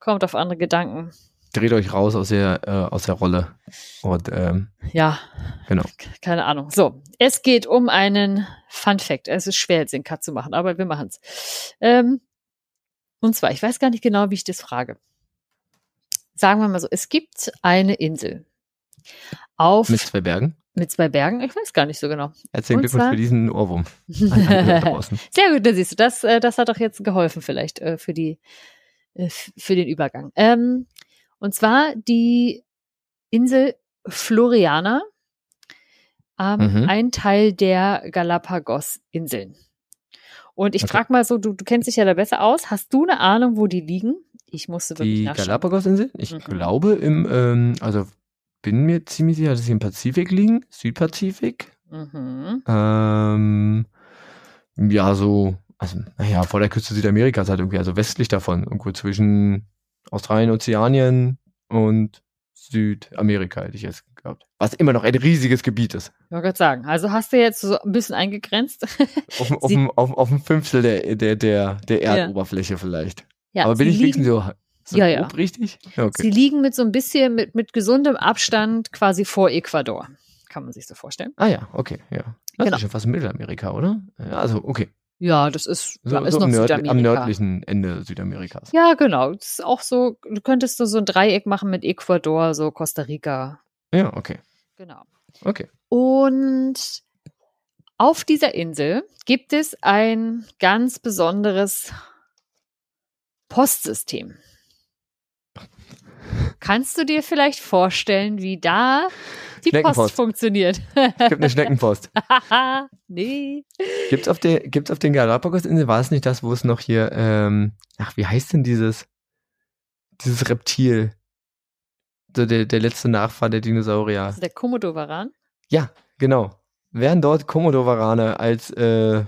kommt auf andere Gedanken. Dreht euch raus aus der, äh, aus der Rolle. Und, ähm, ja, genau. Keine Ahnung. So, es geht um einen Fun Fact. Es ist schwer, jetzt den Cut zu machen, aber wir machen es. Ähm, und zwar, ich weiß gar nicht genau, wie ich das frage. Sagen wir mal so, es gibt eine Insel auf Mit zwei Bergen. Mit zwei Bergen, ich weiß gar nicht so genau. Herzlichen Und Glückwunsch zwar- für diesen Ohrwurm. An alle da draußen. Sehr gut, da siehst du, das, äh, das hat doch jetzt geholfen vielleicht äh, für die äh, f- für den Übergang. Ähm, und zwar die Insel Floriana, ähm, Mhm. ein Teil der Galapagos-Inseln. Und ich Okay. frage mal so, du, du kennst dich ja da besser aus. Hast du eine Ahnung, wo die liegen? Ich musste wirklich Die nachschauen. Galapagos-Inseln? Ich Mhm. glaube im, ähm, also bin mir ziemlich sicher, dass sie im Pazifik liegen. Südpazifik. Mhm. Ähm, ja, so, also, naja, vor der Küste Südamerikas halt irgendwie, also westlich davon, irgendwo zwischen Australien, Ozeanien und Südamerika hätte ich jetzt gehabt. Was immer noch ein riesiges Gebiet ist. Ich wollte gerade sagen, also hast du jetzt so ein bisschen eingegrenzt. Auf, dem- auf, Sie- dem- auf, auf dem Fünftel der, der, der, der Ja. Erdoberfläche vielleicht. Ja, Aber bin sie ich wenigstens liegen, so, so Ja, ja. grob richtig? Ja, okay. Sie liegen mit so ein bisschen, mit, mit gesundem Abstand quasi vor Ecuador. Kann man sich so vorstellen. Ah ja, okay, ja. Das Genau. ist schon fast Mittelamerika, oder? Ja, also, okay. Ja, das ist, So, ist so noch am, nördli- Südamerika. am nördlichen Ende Südamerikas. Ja, genau. Das ist auch so, du könntest du so ein Dreieck machen mit Ecuador, so Costa Rica. Ja, okay. Genau. Okay. Und auf dieser Insel gibt es ein ganz besonderes Postsystem. Kannst du dir vielleicht vorstellen, wie da die Post Schneckenpost. funktioniert? Es gibt eine Schneckenpost. Nee. Gibt's auf der, gibt's auf den Galapagos-Inseln, war es nicht das, wo es noch hier, ähm, ach, wie heißt denn dieses, dieses Reptil? So der, der letzte Nachfahr der Dinosaurier. Also der Komodowaran. Ja, genau. Werden dort Komodowarane als äh,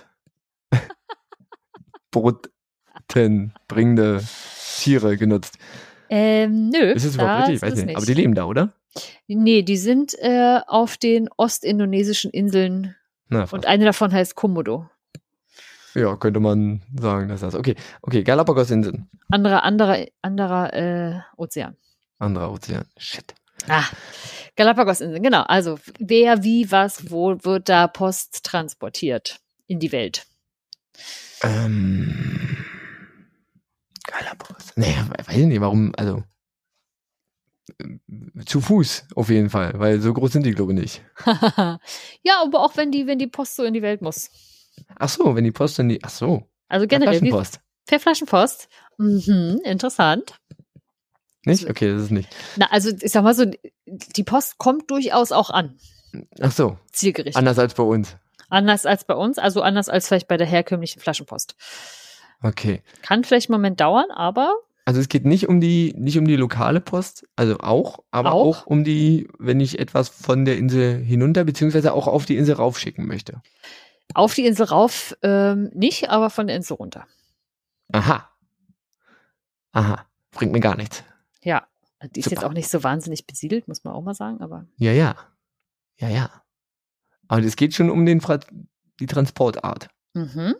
Postboten bringende Tiere genutzt? Ähm, nö. Ist es überhaupt richtig? Ich weiß ist es nicht. Aber die leben da, oder? Nee, die sind äh, auf den ostindonesischen Inseln Na, und fast. eine davon heißt Komodo. Ja, könnte man sagen, dass das. Okay, okay, Galapagos-Inseln. Anderer, anderer, anderer äh, Ozean. Anderer Ozean. Shit. Ah, Galapagos-Inseln, genau. Also wer, wie, was, wo wird da Post transportiert in die Welt? Ähm. Galapagos. Nee, weiß ich nicht, warum, also. äh, Zu Fuß, auf jeden Fall, weil so groß sind die, glaube ich, nicht. Ja, aber auch wenn die, wenn die Post so in die Welt muss. Ach so, wenn die Post dann die. Ach so. Also Per generell wie, Flaschenpost. per Flaschenpost. Mhm, interessant. Nicht? Okay, das ist nicht. Na, also ich sag mal so, die Post kommt durchaus auch an. Ach so, Zielgerichtet. anders als bei uns. Anders als bei uns, also anders als vielleicht bei der herkömmlichen Flaschenpost. Okay. Kann vielleicht einen Moment dauern, aber Also es geht nicht um die, nicht um die lokale Post, also auch, aber Auch? auch, um die, wenn ich etwas von der Insel hinunter, beziehungsweise auch auf die Insel raufschicken möchte. auf die Insel rauf ähm, nicht, aber von der Insel runter. Aha. Aha. Bringt mir gar nichts. Ja, die ist Super. jetzt auch nicht so wahnsinnig besiedelt, muss man auch mal sagen, aber Ja, ja. Ja, ja. Aber es geht schon um den Fra die Transportart. mhm.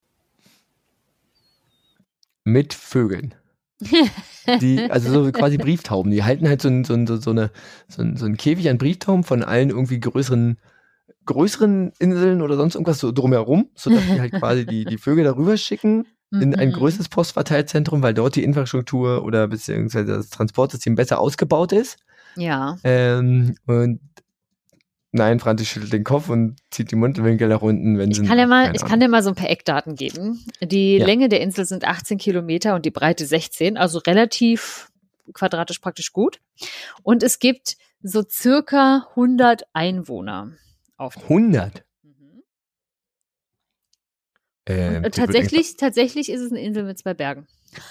Mit Vögeln. Die, also so quasi Brieftauben. Die halten halt so, ein, so, ein, so, eine, so, ein, so einen Käfig an Brieftauben von allen irgendwie größeren, größeren Inseln oder sonst irgendwas so drumherum, sodass die halt quasi die, die Vögel darüber schicken in ein Mhm. größeres Postverteilzentrum, weil dort die Infrastruktur oder beziehungsweise das Transportsystem besser ausgebaut ist. Ja, Ähm, und nein, Franzi schüttelt den Kopf und zieht die Mundwinkel nach unten, wenn ich sie. kann dir mal, keine ich kann Ahnung. dir mal so ein paar Eckdaten geben. Die Ja. Länge der Insel sind achtzehn Kilometer und die Breite sechzehn, also relativ quadratisch praktisch gut. Und es gibt so circa hundert Einwohner auf der hundert. Mhm. Ähm, Und das wird tatsächlich, tatsächlich ist es eine Insel mit zwei Bergen.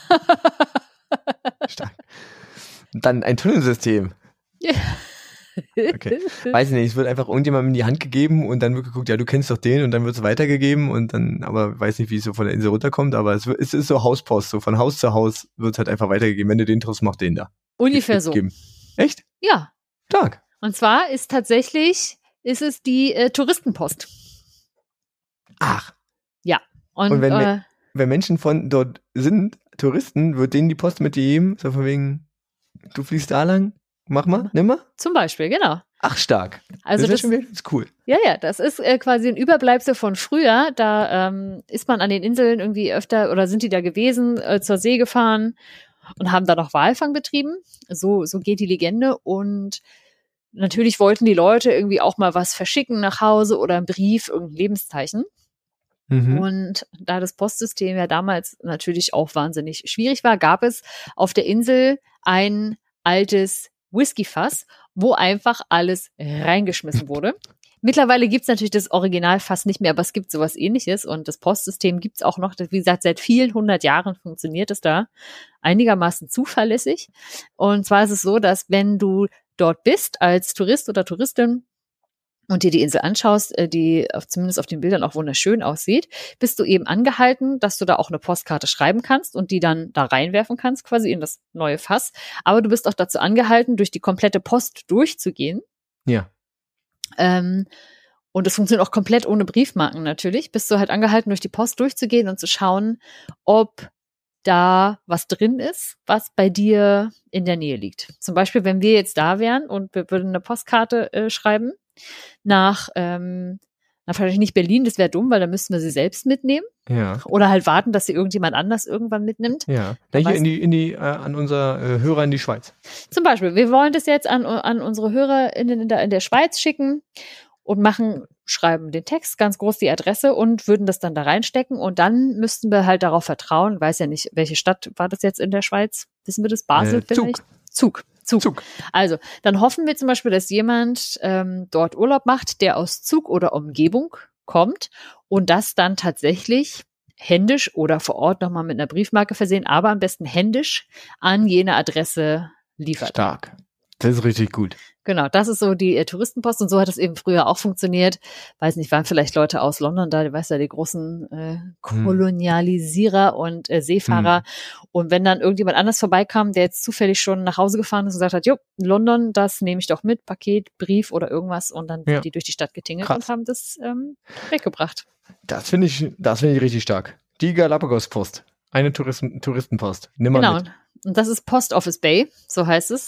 echt stark. Dann ein Tunnelsystem. Okay. Weiß ich nicht, es wird einfach irgendjemandem in die Hand gegeben und dann wird geguckt, ja, du kennst doch den und dann wird es weitergegeben und dann, aber weiß nicht, wie es so von der Insel runterkommt, aber es, wird, es ist so Hauspost, so von Haus zu Haus wird es halt einfach weitergegeben. Wenn du den triffst, mach den da. Ungefähr so. Geben. Echt? Ja. Stark. Und zwar ist tatsächlich, ist es die äh, Touristenpost. Ach, Und, Und wenn äh, wir- wenn Menschen von dort sind, Touristen, wird denen die Post mitgegeben, so von wegen, du fliegst da lang, mach mal, nimm mal? Zum Beispiel, genau. Ach, stark. Also das ist, das, ja schon wieder, das ist cool. Ja, ja, das ist äh, quasi ein Überbleibsel von früher. Da ähm, ist man an den Inseln irgendwie öfter, oder sind die da gewesen, äh, zur See gefahren und haben da noch Walfang betrieben. So, so geht die Legende. Und natürlich wollten die Leute irgendwie auch mal was verschicken nach Hause oder einen Brief, irgendein Lebenszeichen. Mhm. Und da das Postsystem ja damals natürlich auch wahnsinnig schwierig war, gab es auf der Insel ein altes Whiskyfass, wo einfach alles reingeschmissen wurde. Mittlerweile gibt's natürlich das Originalfass nicht mehr, aber es gibt sowas Ähnliches und das Postsystem gibt's auch noch. Wie gesagt, seit vielen hundert Jahren funktioniert es da einigermaßen zuverlässig. Und zwar ist es so, dass wenn du dort bist als Tourist oder Touristin und dir die Insel anschaust, die auf, zumindest auf den Bildern auch wunderschön aussieht, bist du eben angehalten, dass du da auch eine Postkarte schreiben kannst und die dann da reinwerfen kannst, quasi in das neue Fass. Aber du bist auch dazu angehalten, durch die komplette Post durchzugehen. Ja. Ähm, und es funktioniert auch komplett ohne Briefmarken natürlich. Bist du halt angehalten, durch die Post durchzugehen und zu schauen, ob da was drin ist, was bei dir in der Nähe liegt. Zum Beispiel, wenn wir jetzt da wären und wir würden eine Postkarte äh, schreiben, nach, ähm, na, vielleicht nicht Berlin, das wäre dumm, weil dann müssten wir sie selbst mitnehmen. Ja. Oder halt warten, dass sie irgendjemand anders irgendwann mitnimmt. Ja. Da hier in die, in die, äh, an unser äh, Hörer in die Schweiz. Zum Beispiel, wir wollen das jetzt an, an unsere Hörer in, in, der, in der Schweiz schicken und machen, schreiben den Text, ganz groß die Adresse und würden das dann da reinstecken und dann müssten wir halt darauf vertrauen, weiß ja nicht, welche Stadt war das jetzt in der Schweiz? Wissen wir das? Basel äh, vielleicht? Zug. Zug. Zug. Also, dann hoffen wir zum Beispiel, dass jemand ähm, dort Urlaub macht, der aus Zug oder Umgebung kommt und das dann tatsächlich händisch oder vor Ort nochmal mit einer Briefmarke versehen, aber am besten händisch an jene Adresse liefert. Stark. Das ist richtig gut. Genau, das ist so die äh, Touristenpost und so hat es eben früher auch funktioniert. Weiß nicht, waren vielleicht Leute aus London da, du weißt ja, die großen äh, Kolonialisierer hm. und äh, Seefahrer. Hm. Und wenn dann irgendjemand anders vorbeikam, der jetzt zufällig schon nach Hause gefahren ist und gesagt hat, jo, London, das nehme ich doch mit, Paket, Brief oder irgendwas und dann ja. sind die durch die Stadt getingelt Krass. und haben das ähm, weggebracht. Das finde ich, das finde ich richtig stark. Die Galapagos-Post. Eine Touristen, Touristenpost. Nimm mal genau. mit. Und das ist Post Office Bay, so heißt es.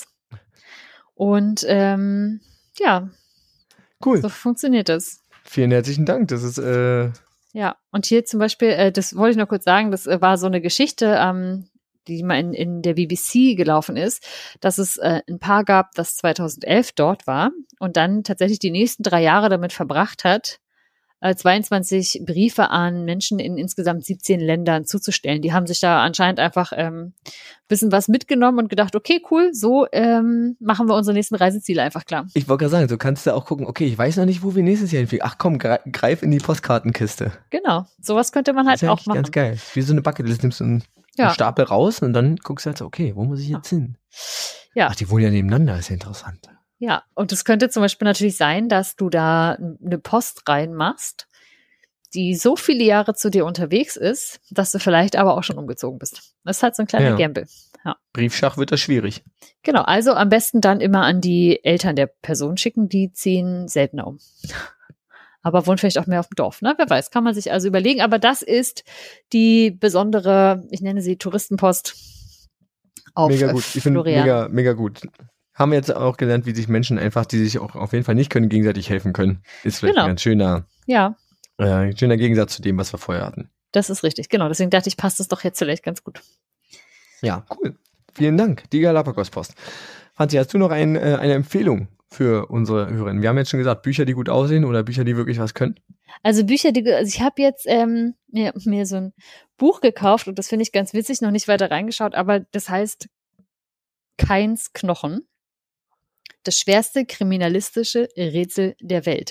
Und ähm, ja, cool. So funktioniert das. Vielen herzlichen Dank. Das ist äh ja. Und hier zum Beispiel, äh, das wollte ich noch kurz sagen, das äh, war so eine Geschichte, ähm, die mal in, in der B B C gelaufen ist, dass es äh, ein Paar gab, das zweitausendelf dort war und dann tatsächlich die nächsten drei Jahre damit verbracht hat, äh, zweiundzwanzig Briefe an Menschen in insgesamt siebzehn Ländern zuzustellen. Die haben sich da anscheinend einfach ähm, bisschen was mitgenommen und gedacht, okay, cool, so ähm, machen wir unsere nächsten Reiseziele einfach klar. Ich wollte gerade sagen, du kannst da auch gucken, okay, ich weiß noch nicht, wo wir nächstes Jahr hinfliegen. Ach komm, greif in die Postkartenkiste. Genau, sowas könnte man halt das ist auch machen. Ganz geil. Wie so eine Bucketlist, nimmst du einen, ja. einen Stapel raus und dann guckst du halt so, okay, wo muss ich jetzt ja. hin? Ja. Ach, die wohnen ja nebeneinander, ist ja interessant. Ja, und es könnte zum Beispiel natürlich sein, dass du da eine Post reinmachst, die so viele Jahre zu dir unterwegs ist, dass du vielleicht aber auch schon umgezogen bist. Das ist halt so ein kleiner ja. Gamble. Ja. Briefschach wird das schwierig. Genau, also am besten dann immer an die Eltern der Person schicken, die ziehen seltener um. Aber wohnen vielleicht auch mehr auf dem Dorf, ne? Wer weiß, kann man sich also überlegen. Aber das ist die besondere, ich nenne sie Touristenpost auf Mega gut, ich finde mega, mega gut. Haben wir jetzt auch gelernt, wie sich Menschen einfach, die sich auch auf jeden Fall nicht können, gegenseitig helfen können. Ist vielleicht genau. ein ganz schöner, ja. äh, schöner Gegensatz zu dem, was wir vorher hatten. Das ist richtig, genau. Deswegen dachte ich, passt das doch jetzt vielleicht ganz gut. Ja, cool. Vielen Dank, die Galapagos-Post. Franzi, hast du noch ein, äh, eine Empfehlung für unsere Hörerinnen? Wir haben jetzt schon gesagt, Bücher, die gut aussehen oder Bücher, die wirklich was können? Also Bücher, die, also ich habe jetzt ähm, mir, mir so ein Buch gekauft und das finde ich ganz witzig, noch nicht weiter reingeschaut, aber das heißt Kains Knochen. Das schwerste kriminalistische Rätsel der Welt.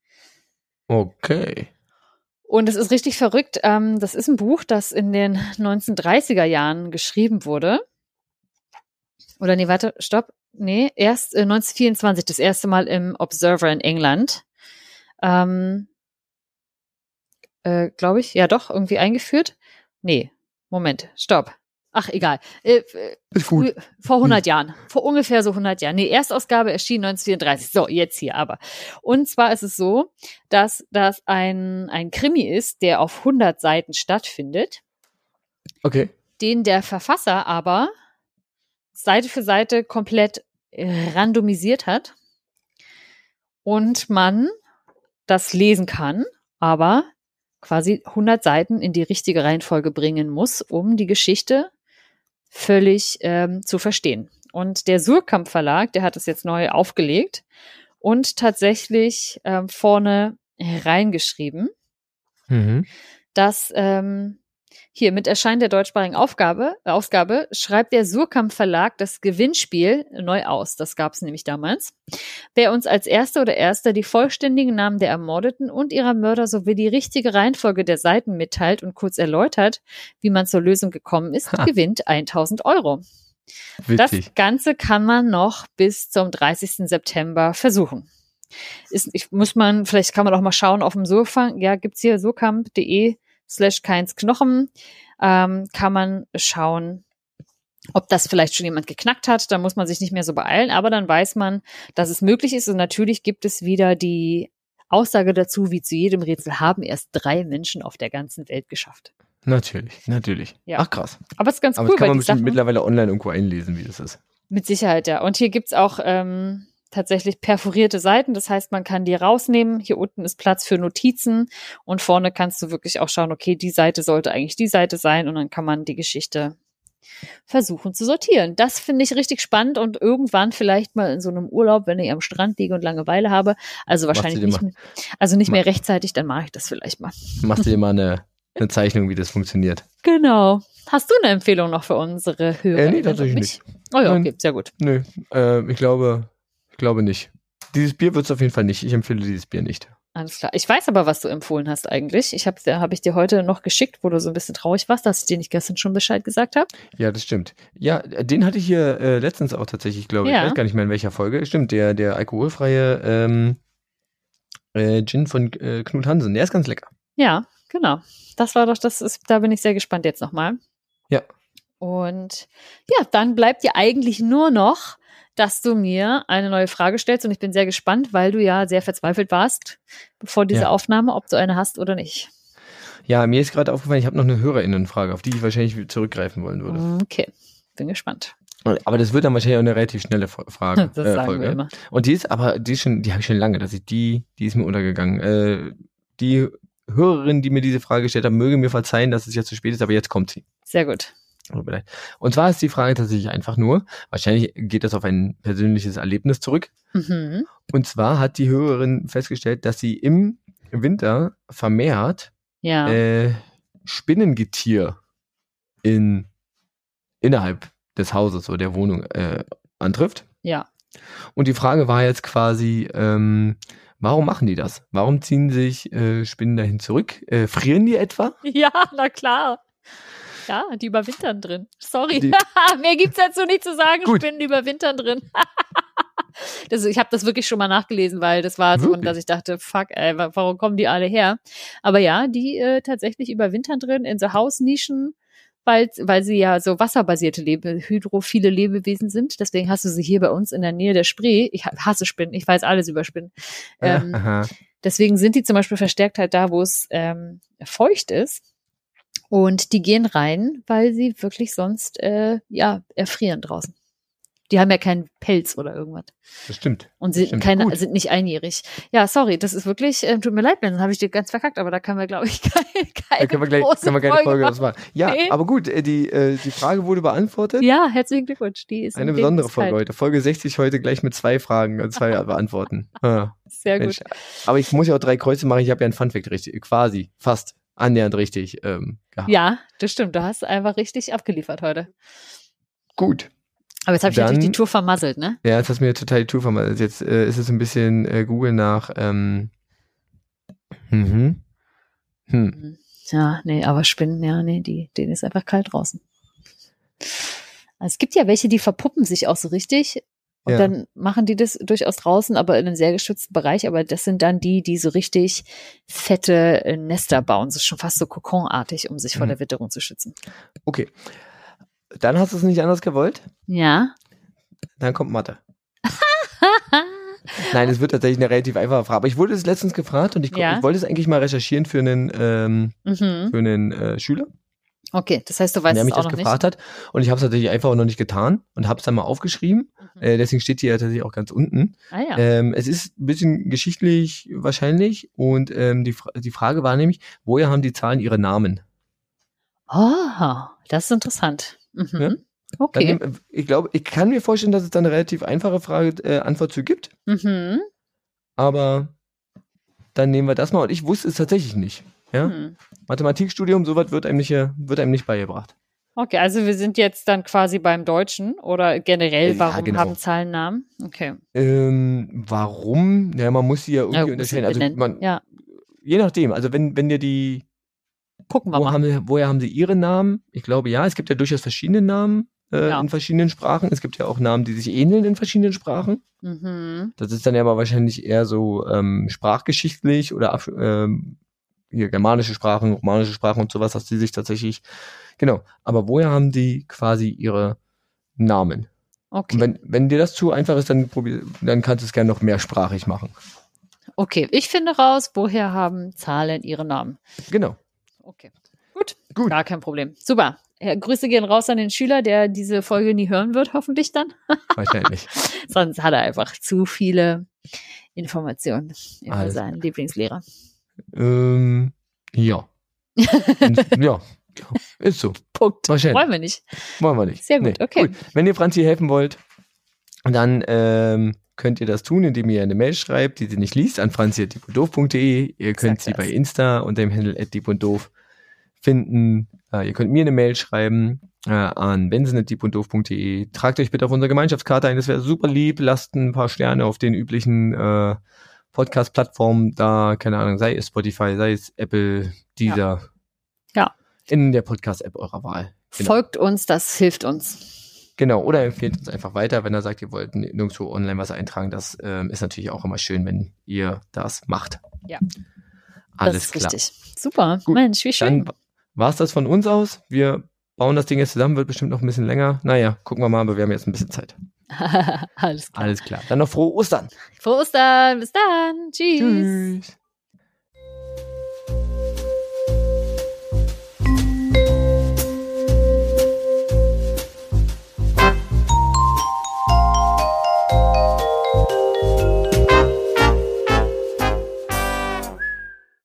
Okay. Und es ist richtig verrückt. Ähm, das ist ein Buch, das in den neunzehnhundertdreißiger Jahren geschrieben wurde. Oder nee, warte, stopp. Nee, erst äh, neunzehnhundertvierundzwanzig, das erste Mal im Observer in England. Ähm, äh, glaube ich, ja doch, irgendwie eingeführt. Nee, Moment, stopp. Ach, egal. Äh, ist gut. Vor hundert Jahren. Vor ungefähr so hundert Jahren. Nee, Erstausgabe erschien neunzehnhundertvierunddreißig. So, jetzt hier aber. Und zwar ist es so, dass das ein, ein Krimi ist, der auf hundert Seiten stattfindet. Okay. den der Verfasser aber Seite für Seite komplett randomisiert hat und man das lesen kann, aber quasi hundert Seiten in die richtige Reihenfolge bringen muss, um die Geschichte völlig ähm, zu verstehen. Und der Suhrkamp Verlag, der hat es jetzt neu aufgelegt und tatsächlich ähm, vorne reingeschrieben, Mhm. dass ähm, hier mit Erscheinen der deutschsprachigen Aufgabe, äh, Ausgabe schreibt der Suhrkamp Verlag das Gewinnspiel neu aus. Das gab es nämlich damals. Wer uns als Erster oder Erster die vollständigen Namen der Ermordeten und ihrer Mörder sowie die richtige Reihenfolge der Seiten mitteilt und kurz erläutert, wie man zur Lösung gekommen ist, Ha. gewinnt tausend Euro. Witzig. Das Ganze kann man noch bis zum dreißigsten September versuchen. Ist, ich, muss man, vielleicht kann man auch mal schauen auf dem Surkamp, ja, gibt's hier surkamp.de slash keins Knochen, ähm, kann man schauen, ob das vielleicht schon jemand geknackt hat. Da muss man sich nicht mehr so beeilen, aber dann weiß man, dass es möglich ist. Und natürlich gibt es wieder die Aussage dazu, wie zu jedem Rätsel haben erst drei Menschen auf der ganzen Welt geschafft. Natürlich, natürlich. Ja. Ach krass. Aber es ist ganz Aber cool, das kann weil man die bestimmt Sachen, mittlerweile online irgendwo einlesen, wie das ist. mit Sicherheit, ja. Und hier gibt's auch ähm, tatsächlich perforierte Seiten. Das heißt, man kann die rausnehmen. Hier unten ist Platz für Notizen und vorne kannst du wirklich auch schauen, okay, die Seite sollte eigentlich die Seite sein und dann kann man die Geschichte versuchen zu sortieren. Das finde ich richtig spannend und irgendwann vielleicht mal in so einem Urlaub, wenn ich am Strand liege und Langeweile habe, also Machst wahrscheinlich du dir nicht mal- mehr, also nicht Ma- mehr rechtzeitig, dann mache ich das vielleicht mal. Machst du dir mal eine, eine Zeichnung, wie das funktioniert? Genau. Hast du eine Empfehlung noch für unsere Hörer? Äh, nee, tatsächlich nicht. Oh ja, Nein. okay, sehr gut. Nö, äh, ich glaube, ich glaube nicht. Dieses Bier wird es auf jeden Fall nicht. Ich empfehle dieses Bier nicht. Alles klar. Ich weiß aber, was du empfohlen hast eigentlich. Ich habe hab ich dir heute noch geschickt, wo du so ein bisschen traurig warst, dass ich dir nicht gestern schon Bescheid gesagt habe. Ja, das stimmt. Ja, den hatte ich hier äh, letztens auch tatsächlich, glaube ich. Ja. Ich weiß gar nicht mehr in welcher Folge. Stimmt, der, der alkoholfreie ähm, äh, Gin von äh, Knut Hansen. Der ist ganz lecker. Ja, genau. Das war doch, das ist, da bin ich sehr gespannt jetzt nochmal. Ja. Und ja, dann bleibt dir eigentlich nur noch, dass du mir eine neue Frage stellst und ich bin sehr gespannt, weil du ja sehr verzweifelt warst bevor diese Ja. Aufnahme, ob du eine hast oder nicht. Ja, mir ist gerade aufgefallen, ich habe noch eine Hörerinnenfrage, auf die ich wahrscheinlich zurückgreifen wollen würde. Okay, bin gespannt. Aber das wird dann wahrscheinlich auch eine relativ schnelle Fo- Frage. Das äh, sagen Folge. wir immer. Und die ist aber, die ist schon, die habe ich schon lange, dass ich die, die ist mir untergegangen. Äh, die Hörerin, die mir diese Frage gestellt hat, möge mir verzeihen, dass es jetzt zu spät ist, aber jetzt kommt sie. Sehr gut. Tut mir leid. Und zwar ist die Frage tatsächlich einfach nur, wahrscheinlich geht das auf ein persönliches Erlebnis zurück. Mhm. Und zwar hat die Hörerin festgestellt, dass sie im Winter vermehrt Ja. äh, Spinnengetier in, innerhalb des Hauses oder der Wohnung äh, antrifft. Ja. Und die Frage war jetzt quasi, ähm, warum machen die das? Warum ziehen sich äh, Spinnen dahin zurück? Äh, frieren die etwa? Ja, na klar. Ja, die überwintern drin. Sorry. Die- Mehr gibt's dazu nicht zu sagen. Gut. Spinnen überwintern drin. das, ich habe das wirklich schon mal nachgelesen, weil das war so, Wirklich? dass ich dachte, fuck, ey, wa- warum kommen die alle her? Aber ja, die äh, tatsächlich überwintern drin in so Hausnischen, weil, weil sie ja so wasserbasierte Lebe, hydrophile Lebewesen sind. Deswegen hast du sie hier bei uns in der Nähe der Spree. Ich hasse Spinnen. Ich weiß alles über Spinnen. Ähm, Aha. Deswegen sind die zum Beispiel verstärkt halt da, wo es ähm, feucht ist. Und die gehen rein, weil sie wirklich sonst äh, ja erfrieren draußen. Die haben ja keinen Pelz oder irgendwas. Das stimmt. Und sind, Stimmt. keine, Gut. sind nicht einjährig. Ja, sorry, das ist wirklich, äh, tut mir leid, dann habe ich dir ganz verkackt, aber da können wir, glaube ich, keine, keine Da können wir gleich große können wir keine Folge machen. draus machen. Ja, Nee. aber gut, äh, die, äh, die Frage wurde beantwortet. Ja, herzlichen Glückwunsch. Die ist Eine in besondere Lebenskeit. Folge heute. Folge sechzig heute gleich mit zwei Fragen und zwei beantworten. Ah, Sehr Mensch. gut. Aber ich muss ja auch drei Kreuze machen. Ich habe ja einen Funfact richtig, quasi, fast annähernd richtig ähm, gehabt. Ja, das stimmt. Du hast einfach richtig abgeliefert heute. Gut. Aber jetzt habe ich Dann- natürlich die Tour vermasselt, ne? Ja, jetzt hast du mir total die Tour vermasselt. Jetzt äh, ist es ein bisschen äh, Google nach ähm, mhm. Hm. Ja, nee, aber Spinnen, ja, nee, die, denen ist einfach kalt draußen. Also es gibt ja welche, die verpuppen sich auch so richtig und Ja. dann machen die das durchaus draußen, aber in einem sehr geschützten Bereich, aber das sind dann die, die so richtig fette äh, Nester bauen, so schon fast so kokonartig, um sich vor Mhm. der Witterung zu schützen. Okay. Dann hast du es nicht anders gewollt. Ja. Dann kommt Mathe. Nein, es wird tatsächlich eine relativ einfache Frage. Aber ich wurde es letztens gefragt und ich, Ja. ich wollte es eigentlich mal recherchieren für einen, ähm, Mhm. für einen äh, Schüler. Okay, das heißt, du weißt der es mich auch das noch gefragt nicht. hat. Und ich habe es natürlich einfach auch noch nicht getan und habe es dann mal aufgeschrieben. Mhm. Äh, deswegen steht die ja tatsächlich auch ganz unten. Ah ja. Ähm, es ist ein bisschen geschichtlich wahrscheinlich. Und ähm, die, Fra- die Frage war nämlich, woher haben die Zahlen ihre Namen? Oh, das ist interessant. Mhm. Ja? Dann Okay. nehm, ich glaube, ich kann mir vorstellen, dass es da eine relativ einfache Frage, äh, Antwort zu gibt. Mhm. Aber dann nehmen wir das mal. Und ich wusste es tatsächlich nicht. Ja? Hm. Mathematikstudium, sowas wird einem nicht, äh, wird einem nicht beigebracht. Okay, also wir sind jetzt dann quasi beim Deutschen oder generell, Ja, warum genau. haben Zahlen Namen? Okay. Ähm, warum? Ja, man muss sie ja irgendwie Ja, muss unterscheiden. sie Also benennen. man, Ja, je nachdem. Also wenn, wenn dir die, gucken wir wo mal. haben, sie- woher haben sie ihre Namen? Ich glaube ja, es gibt ja durchaus verschiedene Namen äh, Ja. in verschiedenen Sprachen. Es gibt ja auch Namen, die sich ähneln in verschiedenen Sprachen. Mhm. Das ist dann ja aber wahrscheinlich eher so ähm, sprachgeschichtlich oder ab, ähm, hier germanische Sprachen, romanische Sprachen und sowas, dass die sich tatsächlich, genau. Aber woher haben die quasi ihre Namen? Okay. Und wenn, wenn dir das zu einfach ist, dann probier, dann kannst du es gerne noch mehrsprachig machen. Okay, ich finde raus, woher haben Zahlen ihre Namen? Genau. Okay, gut. Gut. Gar kein Problem. Super. Ja, Grüße gehen raus an den Schüler, der diese Folge nie hören wird, hoffentlich dann. Wahrscheinlich. Sonst hat er einfach zu viele Informationen über Alles seinen Lieblingslehrer. Ähm, ja. Und, ja. Ist so. Punkt. Wahrscheinlich. Wollen wir nicht. Wollen wir nicht. Sehr gut, okay. Wenn ihr Franzi helfen wollt, dann ähm, könnt ihr das tun, indem ihr eine Mail schreibt, die sie nicht liest, an franzi at diep und doof punkt de. Ihr könnt Sag sie das. bei Insta unter dem Handle at diep und doof finden. Äh, ihr könnt mir eine Mail schreiben äh, an benson at diep und doof punkt de. Tragt euch bitte auf unsere Gemeinschaftskarte ein, das wäre super lieb. Lasst ein paar Sterne auf den üblichen äh, Podcast-Plattformen da, keine Ahnung, sei es Spotify, sei es Apple, Deezer. Ja. In der Podcast-App eurer Wahl. Genau. Folgt uns, das hilft uns. Genau, oder empfehlt uns einfach weiter, wenn er sagt, ihr wollt nirgendwo online was eintragen. Das ähm, ist natürlich auch immer schön, wenn ihr das macht. Ja. Alles das ist klar. richtig. Super. Gut, Mensch, wie schön. Dann war es das von uns aus. Wir bauen das Ding jetzt zusammen, wird bestimmt noch ein bisschen länger. Naja, gucken wir mal, aber wir haben jetzt ein bisschen Zeit. Alles klar. Alles klar. Dann noch frohe Ostern. Frohe Ostern. Bis dann. Tschüss. Tschüss.